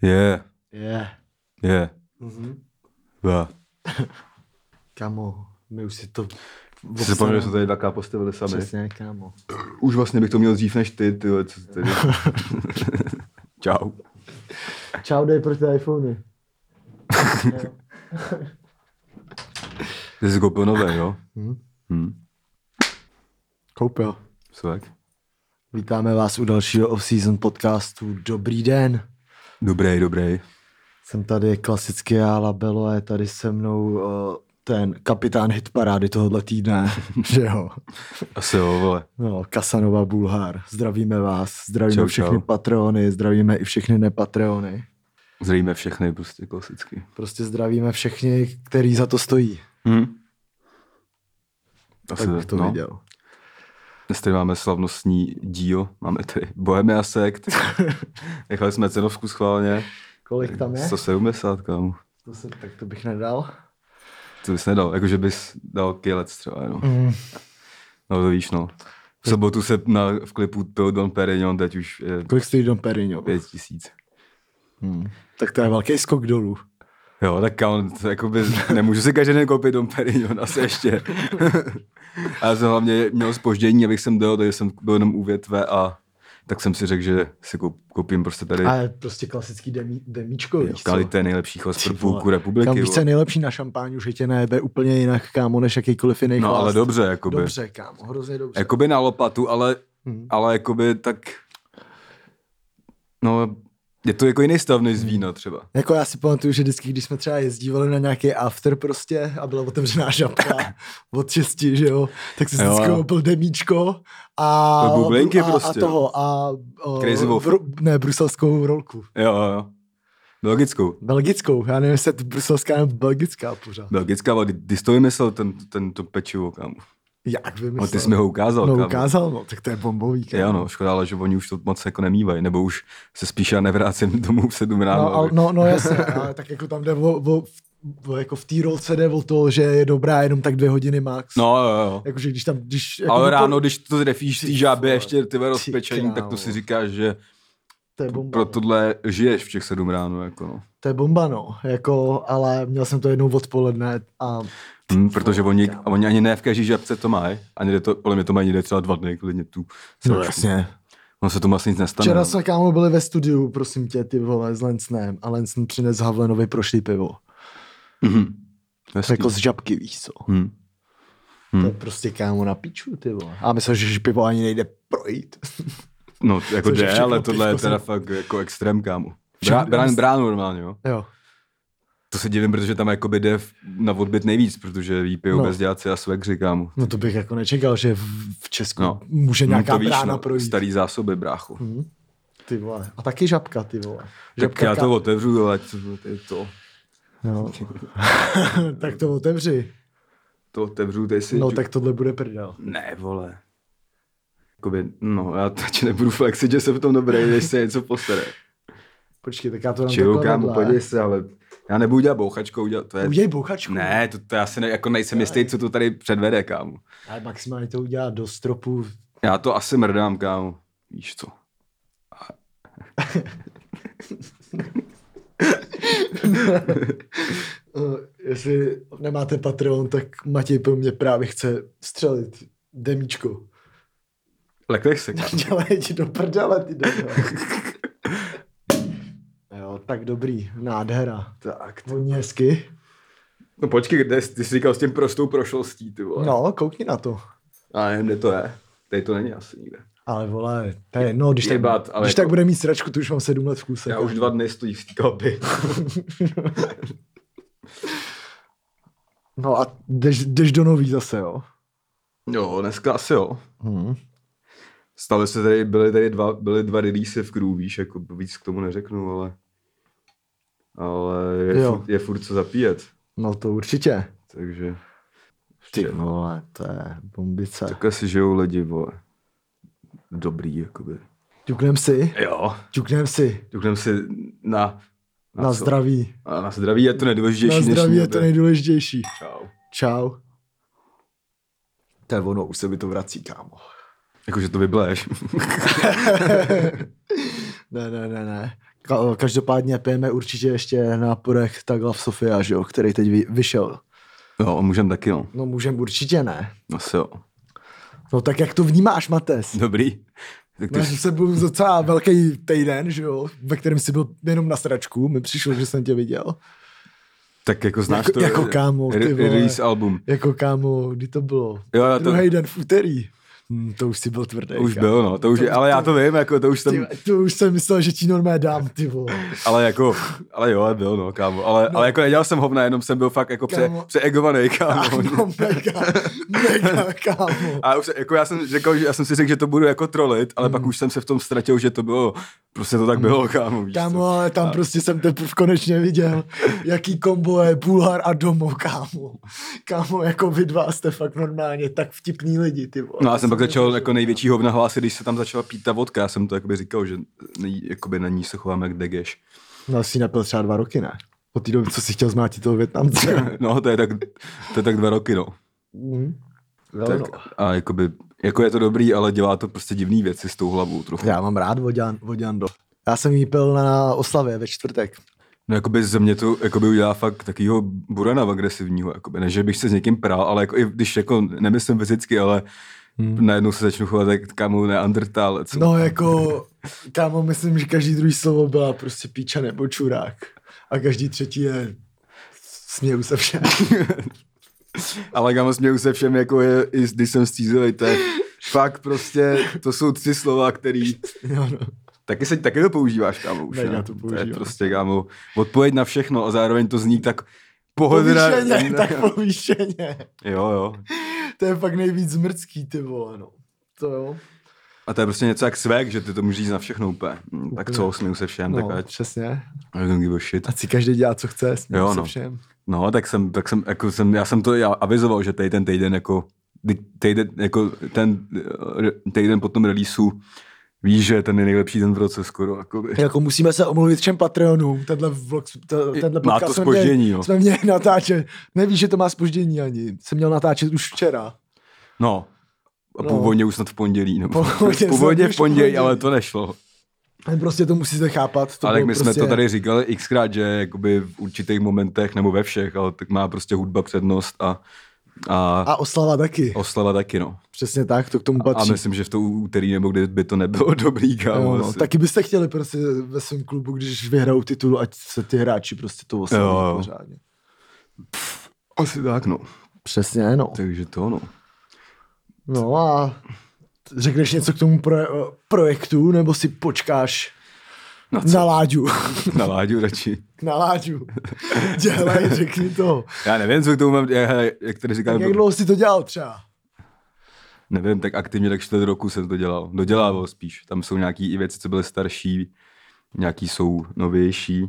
Je. Kámo, my už si to... Jsi se pamatuju, že jsme tady dvakrát postavili sami. Přesně, kámo. Už vlastně bych to měl dřív než ty, co tady... Čau. Čau, dej proti iPhony. Ty jsi koupil nové, jo? Koupil. Svek. Vítáme vás u dalšího off-season podcastu. Dobrý den. Dobrý. Jsem tady klasicky já, Labelo, a je tady se mnou ten kapitán hitparády tohohle týdne, že jo? Asi jo, vole. No, Kasanova Bulhár. Zdravíme vás, zdravíme Čau, všechny Patreony, zdravíme i všechny nepatreony. Zdravíme všechny, prostě klasicky. Prostě zdravíme všechny, který za to stojí. Asi Tak bych to viděl. Dnes tady máme slavnostní díl, máme tady Bohemia Sekt. Nechali jsme cenovku schválně. Kolik tam je? 170, kámo. Tak to bych nedal. To bys nedal, jakože bys dal kilec třeba, jenom. No to víš, no. V sobotu se v klipu pil Dom Perignon, teď už je Kolik stojí Dom Perignon? 5000. Tak to je velký skok dolů. Jo, tak kámo, jakoby, nemůžu si každý den koupit Dom Perignon, asi ještě. A já jsem hlavně měl zpoždění, abych sem dojel, takže jsem byl jenom u větve a tak jsem si řekl, že si koupím prostě tady. A je prostě klasický demíčko, víš co? Kalita je nejlepší chlas pro půlku republiky. Kam víš, co je nejlepší na šampáň, už je tě nejebe úplně jinak, kámo, než jakýkoliv jiný No chlast. ale dobře, jakoby. Dobře, kámo, hrozně dobře. Jakoby na lopatu, ale jakoby tak... No, je to jako jiný stav než z vína třeba. Jako já si pamatuju, že vždycky, když jsme třeba jezdívali na nějaký after prostě a byla otevřená žabka od 6, že jo, tak si vždycky koupil demíčko a bublinky prostě. A toho a Crazy Wolf. bruselskou rolku. Jo. Belgickou, já nevím, jestli je to bruselská nebo belgická pořád. Belgická, ale ty jsi to vymyslel, to pečivo, kámo. Jak vymyslel? No, ty jsi mi ho ukázal, no, kámo. ukázal, tak to je bombový, kámo. Jo, no, škoda, ale že oni už to moc jako nemývají, nebo už se spíš já nevrácím domů v 7 ráno. No, jasně, ale tak jako tam jde jako v té rolce jde o to, že je dobrá jenom tak 2 hodiny max. No, jo. Jakože když jako ale ráno, když to trefíš v té žábě ještě ty rozpečení, tak to si říkáš, že to je bomba, pro tohle žiješ v těch 7 ráno, jako no. To je bomba, no, jako, ale měl jsem to jednou odpoledne a... Protože oni ani ne v každý žabce to mají, ani podle mě to mají někde třeba 2 dny, klidně tu sračku. No jasně. No se tomu asi nic nestane. Včera jsme, kámo, byli ve studiu, prosím tě, ty vole, s Lencnem a Lencn přines Havlenovi prošlý pivo. Jako z žabky, víš co. To je prostě, kámo, na piču, ty vole. A myslím, že pivo ani nejde projít. No, jako jde, ale tohle je teda fakt jako extrém, kámo. Bránu normálně, jo. Jo. To se divím, protože tam jakoby jde na odbyt nejvíc, protože ví pijou bezděláci a swagři, kámo. No to bych jako nečekal, že v Česku může nějaká brána projít. Starý zásoby, brácho. Ty vole. A taky žabka, ty vole. Tak já to otevřu, ale to... No. Tak to otevři. To otevřu, ty si... No tak tohle bude prdel. Ne, vole. Jakoby, no, já teď nebudu flexit, že jsem v tom dobrý, než se něco postará. Počkej, tak já to dám takhle kámo, podívej se, ale já nebudu dělat bouchačku, Udělej bouchačku. Ne, to já si jako nejsem jistý, co to tady předvede, kámo. Ale maximálně to udělá do stropu. Já to asi mrdám, kámo. Víš co? Jestli nemáte Patreon, tak Matěj pro mě právě chce střelit demíčko. Leklech se, kámo. Dělej ti do prdele, ty dedo. Jo, tak dobrý, nádhera. Tak. Voní hezky. No počkej, ty jsi říkal s tím prostou prošlostí, ty vole. No, koukni na to. A nevím, kde to je. Tady to není asi nikde. Ale vole, tady, no, když tak tak bude mít sračku, to už mám 7 let v kuse. Já už 2 dny stojí v té kalby. No a jdeš do nový zase, jo? Jo, dneska asi jo. Stalo se tady, byly 2 release v crew, víš, jako víc k tomu neřeknu, ale je furt co zapíjet. No to určitě. Takže... Ty vole, to je bombice. Takhle si žijou lidi, vole. Dobrý, jakoby. Ťuknem si? Jo. Ťuknem si na zdraví. A na zdraví je to nejdůležitější. Na zdraví je to nejdůležitější. Čau. To je ono, už se mi to vrací, kámo. Jakože to vybleješ. Ne. Každopádně pijeme určitě ještě náporek Tak Love Sofia, že jo, který teď vyšel. Jo, můžem taky, no. No můžem určitě ne. Asi jo. No tak jak to vnímáš, Mates? Dobrý. Tak to... Máš se byl docela velký týden, že jo, ve kterém jsi byl jenom na sračku. Mi přišlo, že jsem tě viděl. Tak jako znáš to. Jako kámo, ty vole. Release album. Jako kámo, kdy to bylo? Jo, Druhý den v úterý. To už si byl tvrdý. Už byl, no, to už je, ale já to vím, jako to už jsem... To už jsem myslel, že ti normálně dám, ty vole. Ale jo, byl, no, kámo. Ale jako nedělal jsem hovna, jenom jsem byl fakt jako přeegovaný, kámo. No, mega, kámo. A už, jako já jsem si řekl, že to budu jako trolit, ale pak už jsem se v tom ztratil, že to bylo, prostě to tak bylo, kámo, víš kámo, ale tam prostě jsem teprve konečně viděl, jaký kombo je Bulhar a Domo, kámo. Kámo, jako vy dva jste fakt normálně tak vtipný lidi, ty vole. No já jsem pak začal jako největší hovna hlásit, když se tam začala pít ta vodka, já jsem to jakoby říkal, že jakoby na ní se chováme jak degeš. No asi nepil třeba 2 roky, ne? Od té doby, co jsi chtěl zmátit toho Vietnamce. No, to je tak 2 roky, no. Tak, no. a jakoby, jako je to dobrý, ale dělá to prostě divný věci s tou hlavou trochu. Já mám rád vodňando. Já jsem jí pil na oslavě ve čtvrtek. No jakoby ze mě to jakoby udělá fakt takovýho burana agresivního, jakoby, ne, že bych se s někým prál, ale jako i když jako nemyslím fyzicky, ale najednou se začnu chovat jak kámo neandertálec. No jako, kámo, myslím, že každý druhý slovo byla prostě píča nebo čurák. A každý třetí je směju se všem. Ale kámo, směju se všem, jako je, i když jsem střízlivý, to je fakt prostě, to jsou 3 slova, který... Jo, no. Taky to používáš, kámo, už, ne? To je prostě, kámo, odpověď na všechno a zároveň to zní tak pohodlná. Povýšeně, tak povýšeně. Jo. To je fakt nejvíc zmrdský, ty vole, no. To jo. A to je prostě něco jak svek, že ty to můžeš říct na všechno úplně. Tak co, směju se všem, no, tak ať... přesně. I don't give a shit. Ať si každý dělá, co chce, směju se všem. No, já jsem to avizoval, že ten týden jako ten týden po tom releaseu víš, že ten je nejlepší ten v roce skoro. Jako musíme se omluvit všem Patreonům. Tenhle podcast má to zpoždění, jsme měli natáčet. Nevíš, že to má zpoždění ani. Jsem měl natáčet už včera. No. A původně už snad v pondělí. Nebo původně v pondělí, ale to nešlo. Ale prostě to musíte chápat. To ale my prostě... jsme to tady říkali xkrát, že jakoby v určitých momentech, nebo ve všech, ale tak má prostě hudba přednost a oslava taky. Oslava taky, no. Přesně tak, to k tomu patří. A myslím, že v to úterý nebo kdy by to nebylo dobrý, kámo. No, taky byste chtěli prostě ve svém klubu, když vyhrajou titul, ať se ty hráči prostě to oslaví pořádně. Asi tak, no. Přesně, no. Takže to, no. No a řekneš něco k tomu projektu, nebo si počkáš na Láďu? Na Láďu radši. Na Láďu. Dělej, řekni to. Já nevím, co k tomu mám, jak tady říkám. Jak dlouho jsi to dělal třeba? Nevím, tak aktivně tak 4 roku jsem to dělal. Dodělával spíš. Tam jsou nějaký i věci, co byly starší, nějaký jsou novější.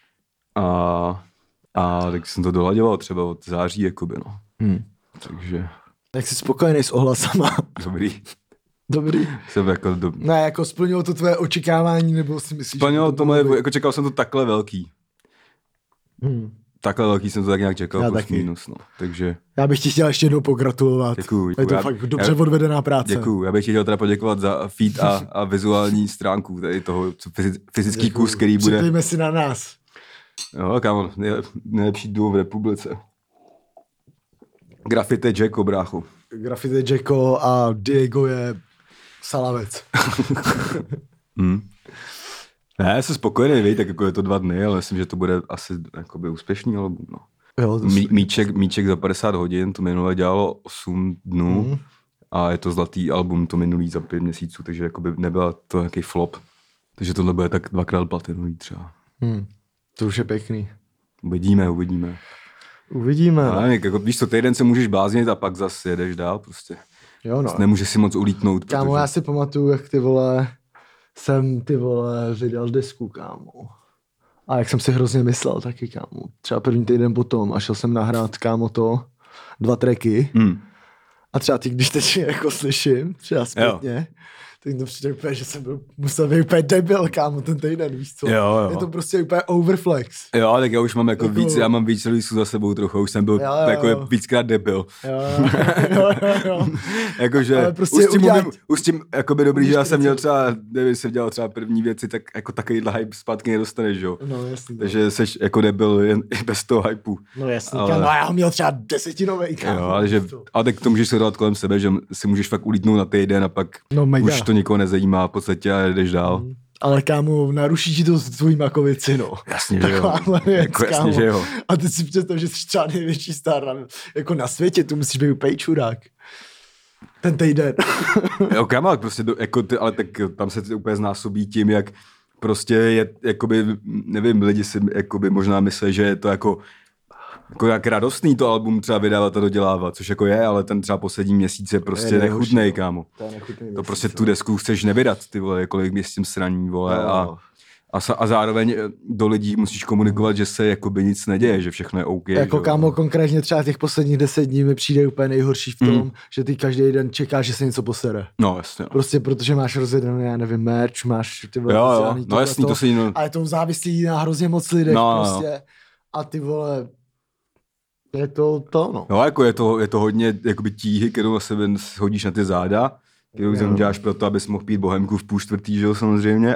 A tak jsem to dolaďoval třeba od září, jakoby, no. Takže... Jak jsi spokojený s ohlasama? Dobrý. Jsem jako Ne, jako splnilo to tvoje očekávání, nebo si myslíš? Splnilo to moje, jako čekal jsem to takhle velký. Takhle velký jsem to tak nějak čekal, plus minus, no. Takže... Já bych ti chtěl ještě jednou pogratulovat. Děkuju. Je to fakt dobře odvedená práce. Děkuju. Já bych ti chtěl teda poděkovat za feed a vizuální stránku tady toho fyzický kus, který bude... Připojíme si na nás. Jo, kámo, nejlepší duo v republice. Graffiti Jacko, bráchu. Graffiti Jacko a Diego je salavec. Ne, jsem spokojený, víš, tak jako je to 2 dny, ale myslím, že to bude asi jakoby úspěšný album, no. Jo, Míček za 50 hodin, to minule dělalo 8 dnů a je to zlatý album, to minulý za 5 měsíců, takže jakoby nebyla to nějaký flop. Takže tohle bude tak 2x platinový třeba. To už je pěkný. Uvidíme. Ale jako, víš co, týden se můžeš bláznit a pak zase jedeš dál prostě. Jo, no. Nemůžeš si moc ulítnout. Kámo, já si pamatuju, jak jsem vydal desku, kámo. A jak jsem si hrozně myslel taky, kámo. Třeba první týden potom a šel jsem nahrát, kámo, 2 tracky. A třeba ty, když teď jako slyším, třeba zpětně, Tak to přijde úplně, že jsem musel být úplně debil, kámo, ten týden, víš co? Jo. Je to prostě úplně overflex. Jo, tak já už mám jako víc, já mám víc releaseů za sebou trochu, už jsem byl jako víckrát debil. Jo. Jakože prostě už s tím jakoby dobrý, že já jsem měl třeba, nevím, jsem dělal třeba první věci, tak jako takovýhle hype zpátky nedostaneš, jo. No jasný. Takže seš jako debil jen bez toho hypeu. No jasný, ale... kámo, já ho měl třeba 10novej, kámo. Jo, ale tak to můžeš sledovat kolem sebe, že si můžeš fakt ulítnout na týden a pak už to nikoho nezajímá v podstatě a jdeš dál. Ale kámo, naruší ti to tvojí makovici, no. Jasně, že jo. Věc, jako jasně, že jo. A ty si představ, že jsi třeba největší star jako na světě, tu musíš být úplně čurák. Ten týden. Jo, kámo, prostě ale tak tam se to úplně znásobí tím, jak prostě je, jakoby, nevím, lidi si jakoby možná myslí, že je to jako jak radostný to album třeba vydávat a dodělávat, což jako je, ale ten třeba poslední měsíc je prostě nechutnej, kámo. To prostě tu desku chceš nevydat, ty vole, kolik je s tím sraní, vole, a zároveň do lidí musíš komunikovat, že se jakoby nic neděje, že všechno je OK. Jako kámo, konkrétně třeba těch posledních 10 dní mi přijde úplně nejhorší v tom, že ty každý den čekáš, že se něco posere. No jasně. No. Prostě protože máš rozjedený, já nevím, merch, máš ty vole, no jasný, to si a je to závislý na hrozně moc lidech prostě. A ty vole, je to, no. No, jako je to hodně jakoby tíhy, kterou na sebe hodíš na ty záda, kterou tam děláš proto, abys mohl pít bohemku v 3:30, že jo, samozřejmě,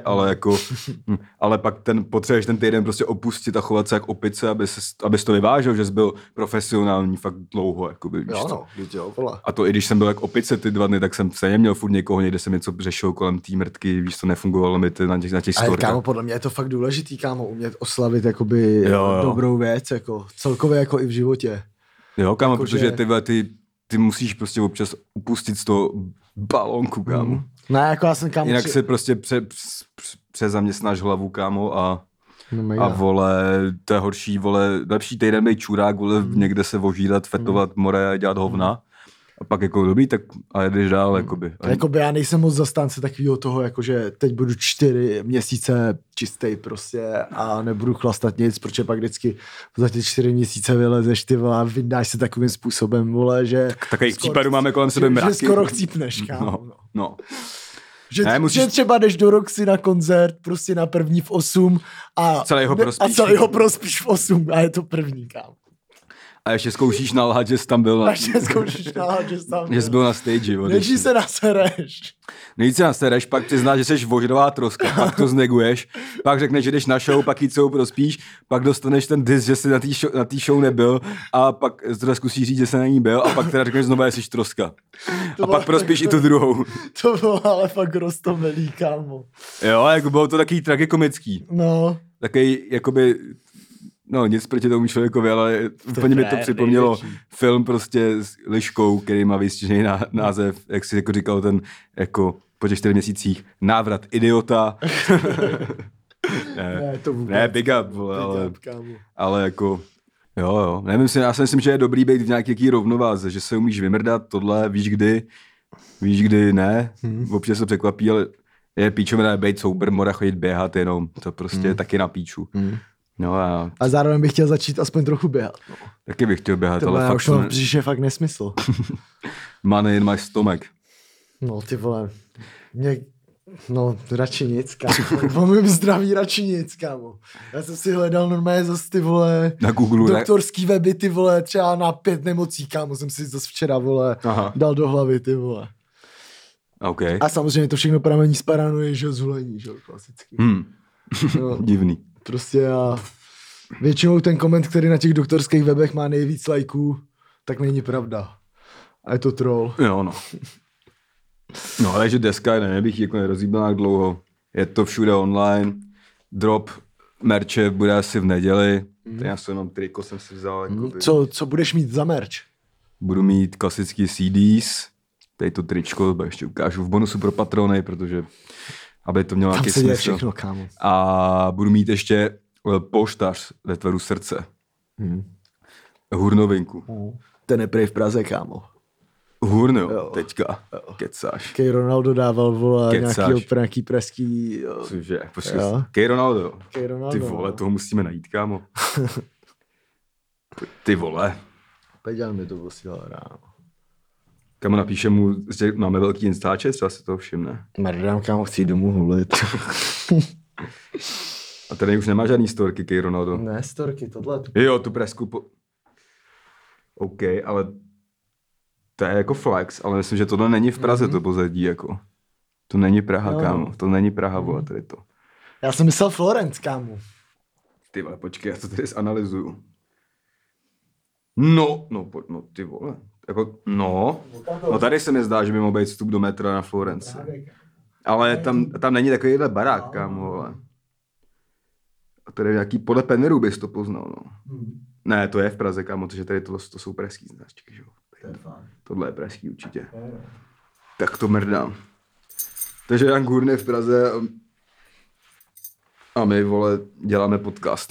ale pak potřebuješ ten týden prostě opustit a chovat se jak opice, abys to vyvážel, že jsi byl profesionální fakt dlouho, jakoby, víš jo, a to i když jsem byl jak opice ty 2 dny, tak jsem se neměl furt někoho, někde jsem něco řešil kolem té mrtky, víš, to nefungovalo mi na těch storkách. Ale kámo, podle mě je to fakt důležitý, kámo, umět oslavit jakoby dobrou věc, jako celkově jako i v životě. Jo, kámo, jako protože ty musíš prostě občas upustit z toho balónku, kámo. No, jako já jsem, kámo... Jinak se prostě přezaměstnáš hlavu, kámo, a vole, to je horší, vole, lepší týden být čurák, vole, někde se vožídat, fetovat, more a dělat hovna. A pak jako dobrý, tak a jedeš dál, jakoby. Jakoby já nejsem moc zastánce takového toho, jakože teď budu 4 měsíce čistý prostě a nebudu chlastat nic, protože pak vždycky za ty 4 měsíce vylezeš, ty vole, a vydáš se takovým způsobem, vole, že... Takových případů máme kolem sebe mraky. Že skoro chcípneš, kámo. No. Že třeba jdeš do Roxy na koncert, prostě na první v 8 a celý ho prospíš v 8 a je to první, kámo. A ještě zkoušíš nalhat, že jsi tam byl. Že jsi byl na stage. Nejdřív se nasereš. Nejdřív se nasereš, pak přiznáš, že jsi voždová troska, pak to zneguješ, pak řekneš, že jdeš na show, pak jít celou prospíš, pak dostaneš ten diss, že jsi na té show nebyl a pak zkusíš říct, že jsi na ní byl a pak teda řekneš znovu, že jsi troska. A pak prospíš i tu druhou. To bylo ale fakt roztomilý, kámo. Jo, jako bylo to takový tragikomický. No. Takový, jakoby... No, nic proti tomu člověkovi, ale úplně mi to připomnělo film prostě s Liškou, který má vystižený název, jak si jako říkal ten, jako po těch 4 měsících, Návrat idiota. ne, big up, vole, ale jako, jo. Já si myslím, že je dobrý být v nějaký rovnováze, že se umíš vymrdat, tohle, víš kdy ne, občas se překvapí, ale je píčovina být sober, mora chodit běhat jenom, to prostě je taky na píču. No a zároveň bych chtěl začít aspoň trochu běhat. No. Taky bych chtěl běhat, ale fakt... To už je fakt nesmysl. Money in my stomach. No ty vole, radši nic, kámo. Po mém zdraví radši nic, kámo. Já jsem si hledal normálně zase ty vole na Google, doktorský weby, ty vole, třeba na 5 nemocí, kámo. Jsem si zase včera, vole, dal do hlavy, ty vole. Okay. A samozřejmě to všechno pramení z paranoje, že zhulení, že klasicky. No. Divný. Prostě a většinou ten koment, který na těch doktorských webech má nejvíc lajků, tak není pravda. A je to troll. Jo, no. No, ale že deska, nebych jako nerozjíbil nějak dlouho. Je to všude online. Drop merče bude asi v neděli. Já jsem jenom triko jsem si vzal. Co budeš mít za merch? Budu mít klasický CDs. Tady to tričko ještě ukážu v bonusu pro patrony, protože aby to mělo nějaký smysl. Všechno, kámo. A budu mít ještě polštář ve tvaru srdce. Hurnovinku. Ten je prej v Praze, kámo. Hurno, jo. Teďka. Jo. Kecáš. Kej Ronaldo dával, vole, nějaký pražský... Cože, počkej. Kej Ronaldo. Ty vole, toho musíme najít, kámo. Ty vole. Peďal mi to posílal ráno. Kámo, napíše mu, že máme velký instáče, třeba si toho všimne. Mrdám, kámo, chci jít domů hulit. A tady už nemá žádný storky, Kej Ronaldo. Ne, storky, tohle. Jo, tu presku OK, ale to je jako flex, ale myslím, že tohle není v Praze to pozadí, jako. To není Praha, Jo. kámo. To není Praha, vole, tady to. Já jsem myslel Florence, kámo. Ty vole, počkej, já to tady zanalyzuju. No, ty vole. Jako, no tady se mi zdá, že by mohl být vstup do metra na Florence. Ale tam není takovýhle barák, kámo, vole. A tady nějaký, podle Pennerů bys to poznal, no. Ne, to je v Praze, kámo, protože tady to jsou pražský značky, že jo. Tohle je pražský určitě. Tak to mrdám. Takže Jan Gurn je v Praze a my, vole, děláme podcast.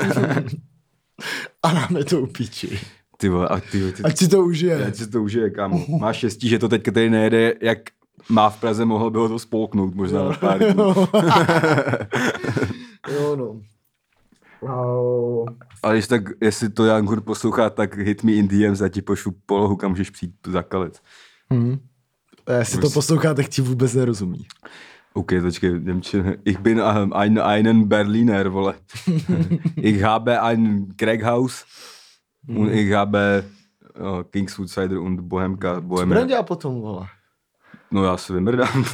A dáme to upíči. Ty vole, Ať si to užije. Ať si to užije, kámo. Máš štěstí, že to teďka tady nejede, jak má v Praze, mohl by ho to spolknout možná na pár dní. Jo, no. Ale když tak, jestli to Jan Gurn poslouchá, tak hit me in DMs a ti pošlu polohu, kam můžeš přijít zakalit. Jestli to poslouchá, tak ti vůbec nerozumí. OK, počkej, Němčina. Ich bin einen Berliner, vole. Ich habe ein Craighaus und ich habe Kingswood Cider und Bohemka. Co budeme dělat potom, vole? No já se vymrdám.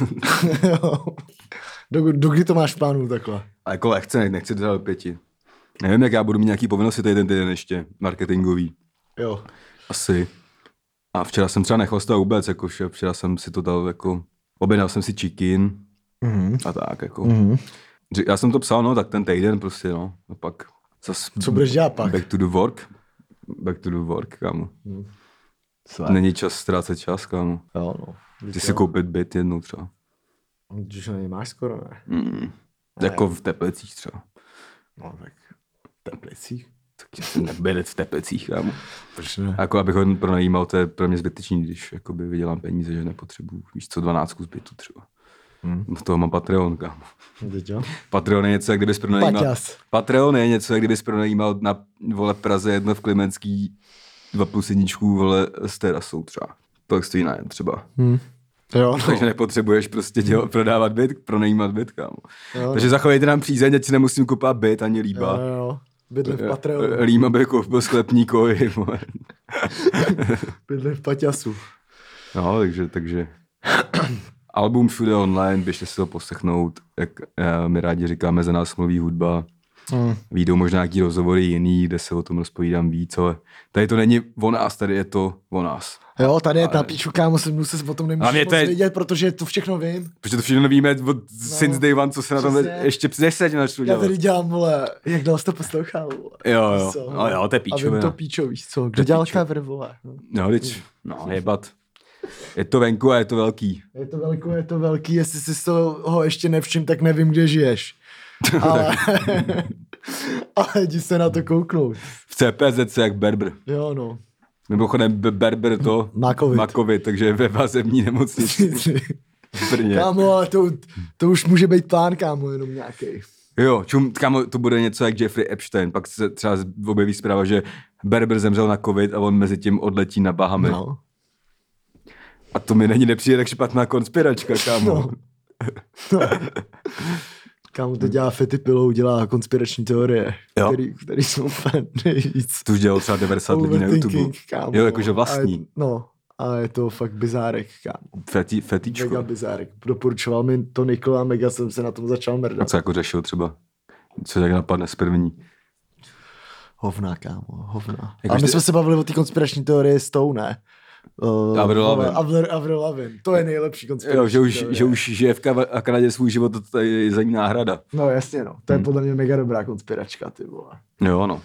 do kdy to máš v plánu takhle? A jako lehce, nechci dát do 5. Nevím, jak já budu mít nějaký povinnosti tady ten týden ještě, marketingový. Jo. Asi. A včera jsem třeba nechlastal vůbec, jako včera jsem si to dal jako, objednal jsem si chicken a tak jako. Já jsem to psal, no, tak ten týden prostě, no. A pak zas... Co budeš dělat pak? Back to the work, kámo. Své. Není čas ztrácet čas, kámo. Jo, no. Ty si koupit byt jednou třeba. Když ho nemáš skoro, ne? Jako v Teplicích třeba. No tak Teplicích. Tak jsem nebyl v Teplicích, kámo. Proč ne? Jako abych ho pronajímal, to je pro mě zbytečný, když jakoby vydělám peníze, že nepotřebuji, víš co, 12 z bytu třeba. V toho mám Patreon, kámo. Patreon je něco, jak kdybys pronajímal. Paťas. Patreon je něco, jak kdybys pronajímal na, vole, Praze 1 v Klimenský 2+1, vole, s terasou třeba. To stojí nájem třeba. Jo, no. Takže nepotřebuješ prostě prodávat byt, pronajímat byt, kámo. Jo, Takže zachovejte nám přízeň, ať si nemusím kupovat byt ani líba. Jo. Bydle v Patreonu. Líma by koupil sklepníkovi, vole. Bydle v Paťasu. No, takže album všude online, běžte si to poslechnout, jak my rádi říkáme, za nás mluví hudba. Výjdou možná nějaký rozhovory jiný, kde se o tom rozpovídám víc, ale tady to není o nás, tady je to o nás. Jo, tady je ta píču, kámo, se o tom nemůžu moc vědět, protože to všechno vím. Protože to všechno víme od since day one, co se na tom ještě 10 načnu dělat. Já tady dělám, vole, jak dál jsi to poslouchal, vole. Jo, Co? no jo, to je píčovina. A vím to píčo, víš co, kdo dělal cover, vole. No, jebat. Je to venku a je to velký. Je to velký, jestli jsi z toho ještě nevšim, tak nevím, kde žiješ. Ale jdi se na to kouknout. V CPZ jak Berber. Jo, no. Mimochodem Berber to má covid, takže je ve vazební nemocnici. Kámo, ale to už může být plán, kámo, jenom nějaký. Jo, kámo, to bude něco jak Jeffrey Epstein, pak se třeba objeví zpráva, že Berber zemřel na covid a on mezi tím odletí na Bahamy. No. A to mi není nepřijde tak špatná konspiračka, kámo. No. Kámo, to dělá Fetty Pillow, dělá konspirační teorie, který jsou úplně nejvíc. To už dělal třeba 90 lidí na YouTube. Kámo. Jo, jakože vlastní. A je to fakt bizárek, kámo. Fetíčko. Mega bizárek. Doporučoval mi to Nikol a mega jsem se na tom začal mrdat. A co jako řešil třeba? Co tak napadne z první? Hovna, kámo, hovna. A my jsme se bavili o té konspirační teorie s tou, ne? Avril Lavigne. To je nejlepší konspirační teorie. Že už žije v Kanadě svůj život, to je za ní náhrada. No jasně, no. To je podle mě mega dobrá konspiračka, ty vole. Jo, no.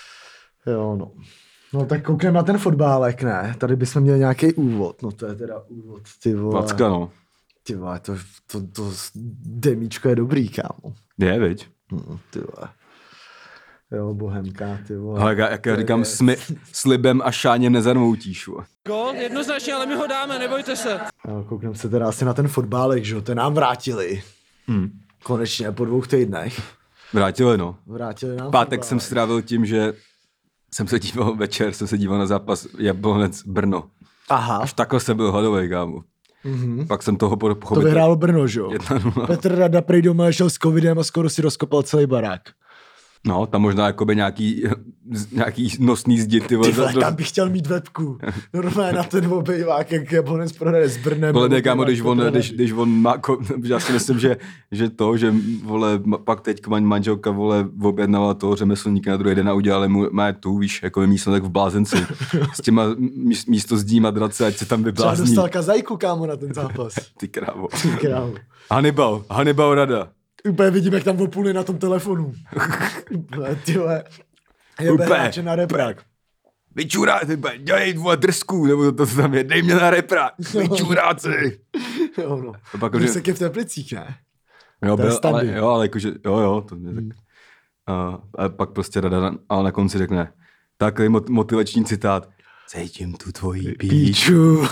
No tak koukneme na ten fotbálek, ne? Tady bychom měli nějaký úvod. No to je teda úvod, ty vole. Placka, no. Ty vole, to demíčko je dobrý, kámo. Je, viď? Ty vole. Jo, Bohemka, ty vole. Ale jak já říkám, slibem a šáněm nezarmoutíš. Gól, jednoznačně, ale my ho dáme, nebojte se. Koukneme se teda asi na ten fotbálek, že jo, ten nám vrátili. Konečně po 2 týdnech. Vrátili, no. Vrátili nám Pátek fotbálek. jsem strávil tím, že jsem se díval na zápas Jablonec Brno. Aha. Až takhle jsem byl hladovej, kámo. Mhm. Pak jsem toho To pochopil. vyhrálo Brno, že jo? 1:0. Petr Rada prej doma šel s covidem a skoro si rozkopal celý barák. No, tam možná jakoby nějaký nosný zdi, ty vole. Ty vole, tam bych chtěl mít webku. Normálně na ten obejvák, jak Jablonec prohraje s Brnem. Vole, kámo, když on má, já si myslím, že vole, pak teď manželka, vole, objednala toho řemeslníka na druhý den a udělali mu, má tu, víš, jako místo tak v blázenci. S těma místo zdí madrace, ať se tam Třeba vyblázní. dostal kazajku, kámo, na ten zápas. Ty krávo. Krávo. Hannibal Rada. Úplně vidím, jak tam opůli na tom telefonu. Ty vole. Jebe hráče na reprák. Vyčurá, dělej vole drsku, nebo to tam je, dej mě na repra, vyčuráci. Jo, no. A pak, Byl že, se v Teplicích, ne? jo, to je byl, standy. ale jakože, jo, to mě tak. A pak prostě Rada, ale na konci řekne, takový motivační citát, cítím tu tvoji píč. Píču.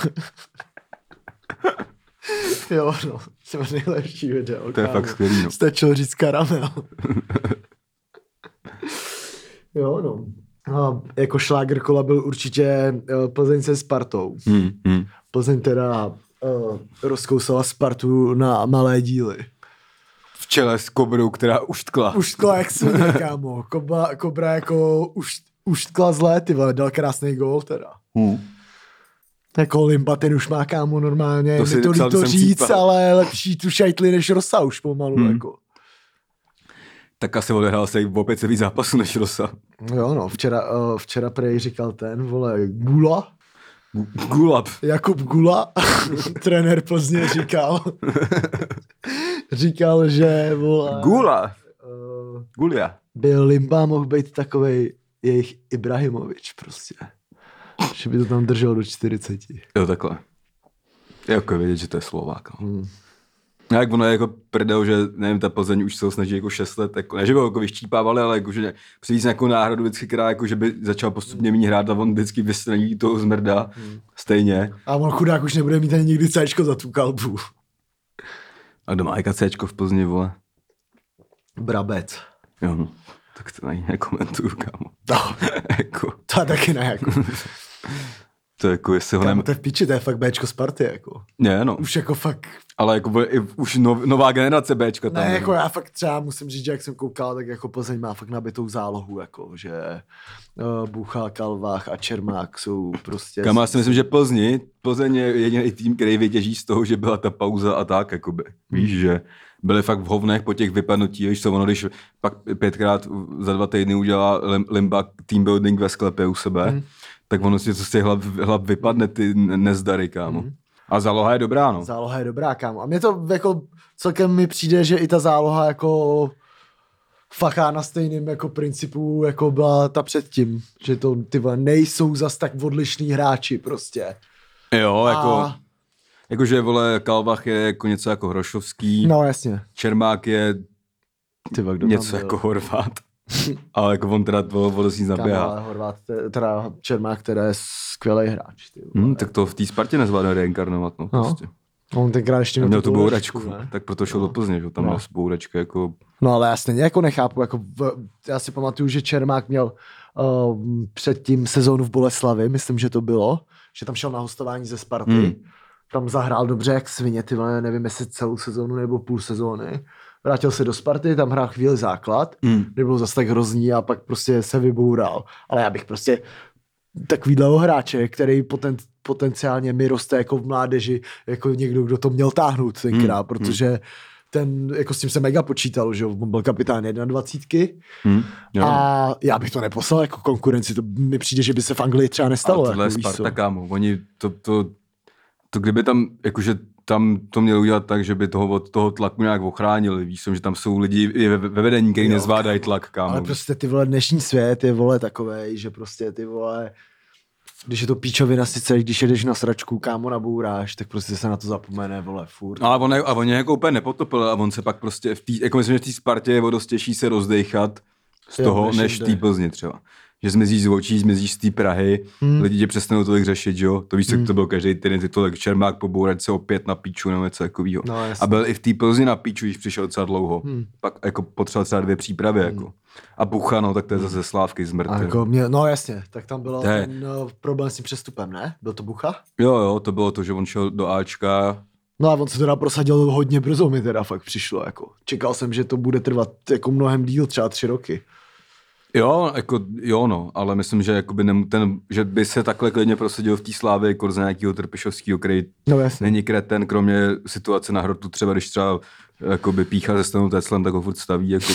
Jo, no. To je nejlepší video. To je kámo. fakt skvělý, no. Stačilo říct karamel. Jo, no. A jako šláger kola byl určitě Plzeň se Spartou. Plzeň teda rozkousala Spartu na malé díly. V čele s kobrou, která uštkla. Uštkla jak svině, kámo. Kobra jako uštkla zlé, ty vole, dal krásný gól teda. Jako Limba, ten už má, kámo, normálně, To si mi to psal, líto jsem říct, cípal. ale lepší tu šajtli než Rosa už pomalu, jako. Tak asi odehrál se v opět víc zápasu než Rosa. Jo, no, včera prej říkal ten, vole, Gula, Gulab. Jakub Gula, trenér Plzně říkal, že, vole, Gula. Gulia. byl Limba, mohl být takovej jejich Ibrahimovič prostě. Že by to tam držel do 40. Jo, takhle. Je jako vědět, že to je Slovák. A jak ono je jako prdel, že nevím, ta Plzeň už se ho snaží jako 6 let, jako, ne, že by ho jako vyštípávali, ale jako, že přivít nějakou náhradu vždycky, která jako, že by začal postupně méně hrát a on vždycky vystraní toho zmrda stejně. A on chudák už nebude mít ani nikdy Cčko za tu kalbu. A kdo má jaká Cčko v Plzni, vole? Brabec. Jo, no. Tak to ani nekomentuju, kámo. No, Jako, to taky ne, jako. to je jako, jestli ho Kámo, to je v piči, to je fakt Bčko Sparty, jako. Ne, no. Už jako fakt. Ale jako už nová generace Bčka tam. Ne, jako já fakt třeba musím říct, že jak jsem koukal, tak jako Plzeň má fakt nabitou zálohu, jako, že Buchal, Kalvách a Čermák jsou prostě... Kam já si myslím, že Plzeň je jediný tým, který vytěží z toho, že byla ta pauza a tak, jakoby. Víš, že byli fakt v hovnech po těch vypadnutí, víš co, ono, když pak 5krát za 2 týdny udělá Limba team building ve sklepě u sebe, tak ono si to z těch hlav vypadne, ty nezdary, kámo. A záloha je dobrá, no. Záloha je dobrá, kámo. A mně to jako celkem mi přijde, že i ta záloha jako fachá na stejným jako principu, jako byla ta předtím. Že to ty vole nejsou zas tak odlišný hráči prostě. Jo, A- jakože, vole, Kalvach je jako něco jako Hrošovský, No jasně. Čermák je Ty vole, kdo tam něco byl? jako Horvát. Ale jako on teda voda si nic Kámo, naběhá. ale Horvát, teda Čermák, teda je skvělý hráč. Ty vole. Tak to v té Spartě nezvládne reinkarnovat, no, No. prostě. On tenkrát ještě Měl tu bouračku, ne? tak proto šel do Plzně, že tam No. měl bouračka jako... No ale já stejně jako nechápu, jako já si pamatuju, že Čermák měl předtím sezónu v Boleslavi, myslím, že to bylo, že tam šel na hostování ze Sparty, tam zahrál dobře jak svině, ty vole, nevím, jestli celou sezónu nebo půl sezóny, vrátil se do Sparty, tam hrál chvíli základ, nebyl zase tak hrozný a pak prostě se vyboural, ale já bych prostě takovýhle hráče, který potenciálně mi roste jako v mládeži, jako někdo, kdo to měl táhnout tenkrát, protože ten, jako s tím se mega počítal, že on byl kapitán 21. Jo. A já bych to neposlal jako konkurenci, to mi přijde, že by se v Anglii třeba nestalo. Ale tohle je jako, víš co. Sparta, kámo. Oni to kdyby tam, jakože tam to měli udělat tak, že by toho od toho tlaku nějak ochránili. Víš, že tam jsou lidi i ve vedení, kteří Jo, nezvládají tlak, kámo. Ale prostě ty vole, dnešní svět je vole takovej, že prostě ty vole, když je to píčovina sice, když jedeš na sračku, kámo nabouráš, tak prostě se na to zapomene, vole, furt. No, ale on je jako úplně nepotopil a on se pak prostě jako myslím, že v té Spartě je o dost těžší se rozdejchat z Jo, toho, než než v jinde. té Plzni třeba. že zmizíš z očí, zmizíš z té Prahy, lidi tě přestanou tolik řešit, jo. To víš, co to bylo každý týden, titulek Čermák pobourať se opět na píču nebo něco takového. No, a byl i v té Plzni na píču, když přišel docela dlouho. Pak jako potřeboval třeba 2 přípravy, jako. A Bucha, no, tak to je zase Slávky z Mrty. Jako no jasně, tak tam byl ten problém s tím přestupem, ne? Byl to Bucha? Jo, to bylo to, že on šel do Ačka. No a on se teda prosadil hodně brzo, mi teda fakt přišlo, jako. Čekal jsem, že to bude trvat jako mnohem díl, třeba 3 roky. Jo, jako, jo no, ale myslím, že, jakoby že by se takhle klidně prosadil v té Slávě jako za nějakého Trpišovského, který není kreten, kromě situace na hrotu, třeba když třeba jakoby píchá se Stanou Teslem, tak ho furt staví. Jako,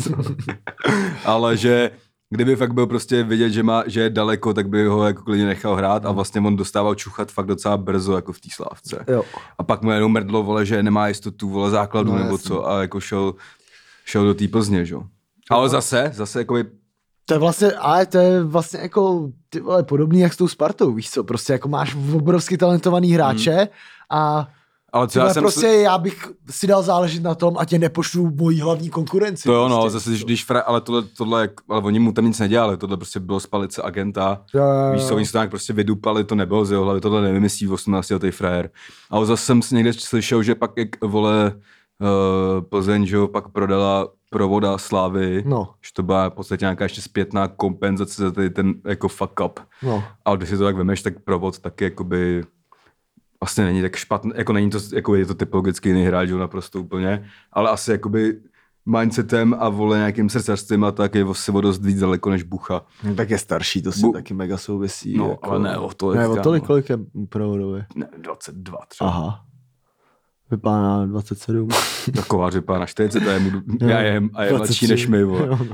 ale že kdyby fakt byl prostě vidět, že je daleko, tak by ho jako klidně nechal hrát a vlastně on dostával čuchat fakt docela brzo jako v té Slávce. Jo. A pak mu jenom mrdlo, vole, že nemá jistotu, vole, základu nebo co a jako šel do té Plzně, že jo. Ale zase jakoby... To je vlastně jako ty vole, podobný jak s tou Spartou, víš co, prostě jako máš obrovsky talentovaný hráče a ale já bych si dal záležet na tom, ať je nepošlu mojí hlavní konkurenci. To jo, prostě, no, zase, když ale tohle, ale oni mu tam nic nedělali, tohle prostě bylo spalice agenta, víš co, oni se tak prostě vydupali, to nebylo z jeho hlavy, tohle nevymyslí v 18 letý frajer. Ale zase jsem si někde slyšel, že pak jak vole Plzeň, že jo, pak prodala provoda Slávy, že to byla v podstatě nějaká ještě zpětná kompenzace za ten jako fuck up. No. Ale když si to tak vemeš, tak provod taky jakoby vlastně není tak špatný, jako není to, jako je to typologicky jiný hráč, naprosto úplně, ale asi jakoby mindsetem a vole nějakým srdcařstvím a tak je si o dost víc daleko než Bucha. No, tak je starší, to si taky mega souvisí. No, jako, ale ne o tolik. Ne o tolik, kolik je provodovi? Ne, 22 třeba. Aha. Vypadá na 27. Taková vypadá na 40 a je mladší než my, vole. Jo, no.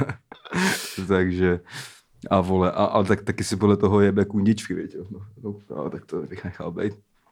Takže, a vole, ale taky si podle toho jebe kundičky, víte. No, tak to bych nechal být.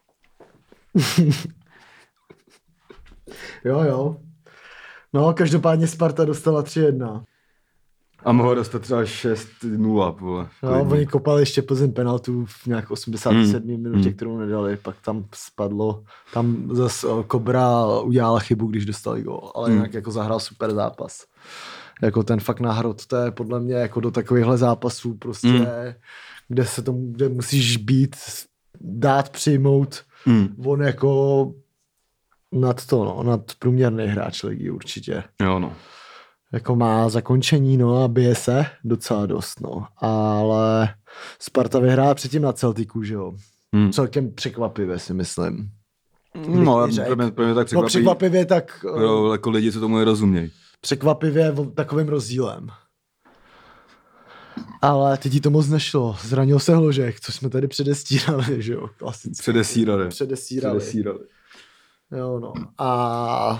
Jo. No, každopádně Sparta dostala 3-1. A mohla dostat třeba 6-0, vole. No, oni kopali ještě Plzeň penaltu v nějak 87. minutě, kterou nedali, pak tam spadlo, tam zase Kobra udělala chybu, když dostali gól, ale jinak jako zahrál super zápas. Jako ten fakt náhrod, to je podle mě jako do takovýchhle zápasů prostě, kde musíš být, dát, přijmout, on jako nad průměrný hráč ligy určitě. Jo, no. Jako má zakončení, no, a bije se docela dost, no. Ale Sparta vyhrála předtím na Celticu, že jo. Celkem překvapivě, si myslím. No, pro mě tak překvapivě tak... Pro jako lidi, co tomu nerozumějí. Překvapivě takovým rozdílem. Ale teď jí to moc nešlo. Zranil se Hložek, co jsme tady předestírali, že jo. Klasicky. Předestírali. Jo, no. A...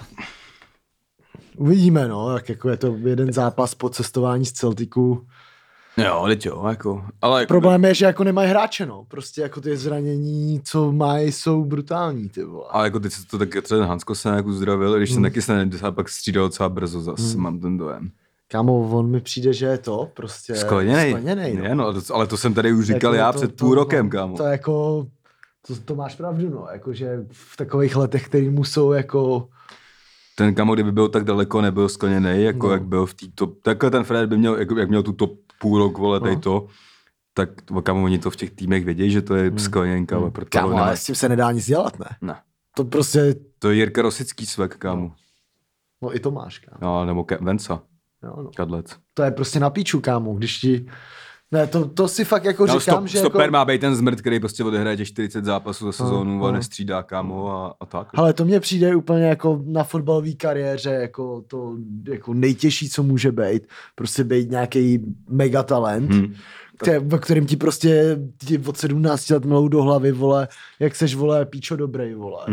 Uvidíme, no, jako je to jeden zápas po cestování z Celticu. Jo, teď jo, jako. Ale jako problém je, že jako nemají hráče, no. Prostě jako ty zranění, co mají, jsou brutální, ty vole. Ale jako teď se to taky třeba Hansko se nějak uzdravil, když jsem taky se pak střídal docela brzo zas, mám ten dojem. Kámo, on mi přijde, že je to prostě skleněnej, no. Ne, no, ale to jsem tady už říkal jako před půl rokem, kámo. To jako, to máš pravdu, no, jakože v takových letech, který mu jsou jako... Ten kámo, kdyby byl tak daleko, nebyl skleněnej, jako jak byl v té top. Takhle ten Fred by měl, jak měl tu top půl rok, vole, to, tak kámo, oni to v těch týmech vědí, že to je skleněnka. Kámo, ale s tím se nedá nic dělat, ne? Ne. To prostě... To je Jirka Rosický svek, kámo. No i Tomáš, kámo. No, nebo Venca. No. Kadlec. To je prostě na píču, kámo, když ti... Ne, to si fakt jako říkám, že stoper jako... má být ten zmrt, který prostě odehraje těch 40 zápasů za sezónu a nestřídá, kámo, a tak. Ale to mně přijde úplně jako na fotbalové kariéře jako to jako nejtěžší, co může být. Prostě být nějaký megatalent, ve kterým ti prostě od 17 let mlou do hlavy, vole, jak seš, vole, píčo dobrej, vole.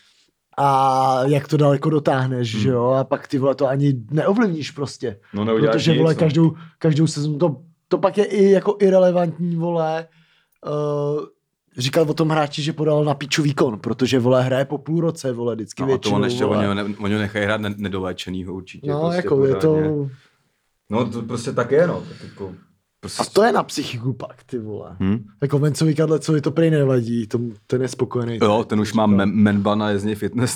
A jak to daleko dotáhneš, že jo? A pak ty, vole, to ani neovlivníš prostě. No, protože, vole, každou sezónu to pak je i jako irelevantní, vole, říkal o tom hráči, že podal na píču výkon, protože, vole, hraje po půl roce, vole, vždycky většinou, to on ještě, oni ho nechají hrát nedoléčenýho určitě. No, prostě jako pořádně. je to... No, to prostě tak je, no. Tak jako, prostě... A to je na psychiku pak, ty vole. Jako Vencovi Kadlecovi to prej nevadí, ten je spokojený. Jo, ten už má menba na jezdní fitness.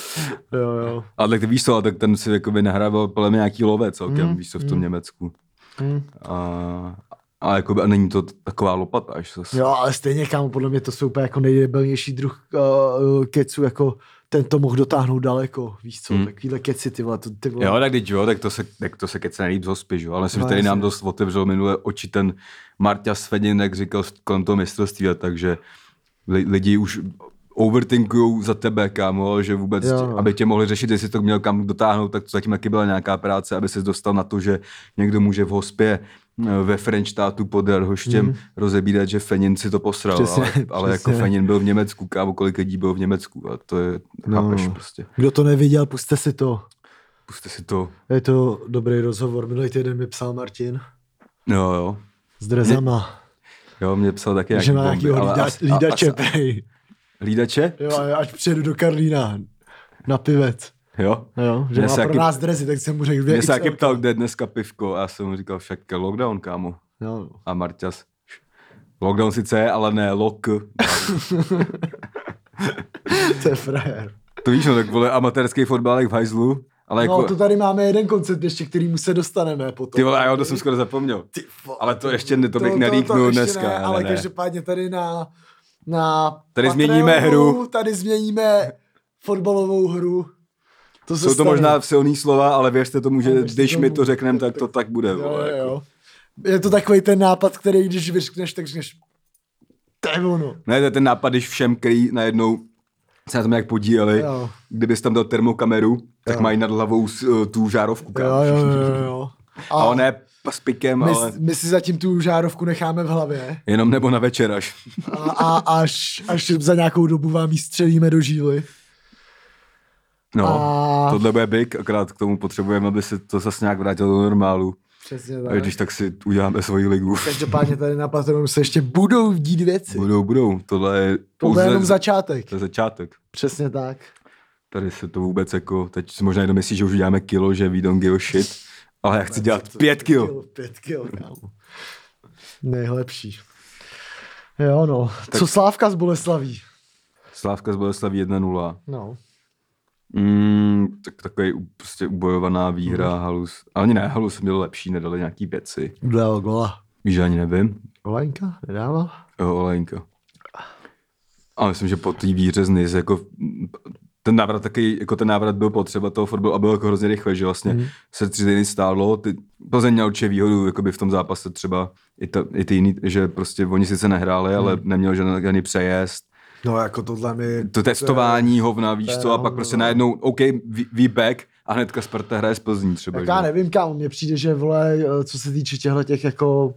jo. Ale tak ty víš co, tak ten si jakoby nahrával podle mě nějaký lové celkem, víš co, v tom Německu. A jako a není to taková lopata až zase. Jo, ale stejně, kámo, podle mě to jsou úplně jako nejdebilnější druh keců, jako ten to mohl dotáhnout daleko, víš co, takovýhle keci, ty vole, ty vole. Jo, tak to se kece nejlíp z hospy, jo, ale myslím, že tady nám dost otevřel minule oči ten Marta Svedin, jak říkal kolem toho mistrovství, takže lidi už overthinkujou za tebe, kámo, že vůbec, aby tě mohli řešit, jestli to měl kam dotáhnout, tak to zatím taky byla nějaká práce, aby ses dostal na to, že někdo může v hospě ve Frenštátu pod Radhoštěm rozebírat, že Fenin si to posral, přesně. Ale jako Fenin byl v Německu, kámo, kolik lidí bylo v Německu a to je, chápeš prostě. Kdo to neviděl, puste si to. Je to dobrý rozhovor, minulý týden mi psal Martin. Jo. S drezama. Jo, mě psal taky nějaký bomby. Že má nějakýho lídače, prej. Lídače? Jo, až přijedu do Karlína na pivec. Jo, že má pro nás drezy, tak jsem mu řekl, mě se taky ptal, kde je dneska pivko a já jsem mu říkal, však lockdown, kámo. Jo. A Marťas, lockdown sice je, ale ne lock. To je frajer. To víš, no, tak vole amatérský fotbalek v hajzlu. Ale jako... No, to tady máme jeden koncept ještě, kterýmu se dostaneme potom. Ty vole, jo, to jsem skoro zapomněl. Ale to ještě to bych nelíknul dneska. Ne, ale každopádně tady na tady změníme hru. Tady změníme fotbalovou hru. Jsou to možná silný slova, ale věřte tomu, že když my to řekneme, tak to tak bude. Vole, jo. jako. Je to takový ten nápad, který když vyřkneš, tak řekneš to je ono. Ne, to je ten nápad, když všem, který najednou se na tom jak podíleli, kdybys tam dal termokameru, tak mají nad hlavou tu žárovku. Jo. A on je s pikem, ale... My si zatím tu žárovku necháme v hlavě. Jenom nebo na večer až. A až za nějakou dobu vám ji střelíme do žíly. No, tohle bude big, akorát k tomu potřebujeme, aby se to zase nějak vrátilo do normálu. Přesně tak. A když tak si uděláme svoji ligu. Každopádně tady na Patronu se ještě budou dít věci. Budou. Tohle je jenom začátek. To je začátek. Přesně tak. Tady se to vůbec jako, teď si možná někdo myslí, že už uděláme kilo, že we don't give a shit, ale já chci dělat 5 kilo. 5 kilo, kámo. Nejlepší. Jo no, tak... Co Slávka z Boleslaví? Slávka z Boleslaví 1-0. No. Tak takový prostě ubojovaná výhra, Halus. Ale ani ne, Halus měl lepší, nedali nějaký věci. Kdo dal gola? Víš, že ani nevím. Olejnka? Nedával? Jo, Olejnka. A myslím, že po té výhře z Nice, jako ten návrat taky, jako ten návrat byl potřeba toho fotbalu a byl jako hrozně rychle, že vlastně se 3 týdny stálo. Plzeň měl určitě výhodu jakoby v tom zápase třeba i ty jiný, že prostě oni sice nehráli, ale neměl žádný přejezd. No jako tohle mi... To testování hovna, víš co, a pak prostě najednou, OK, we back a hnedka Sparta hraje z Plzní třeba. Tak já nevím, kámo, mně přijde, že vole, co se týče těch jako,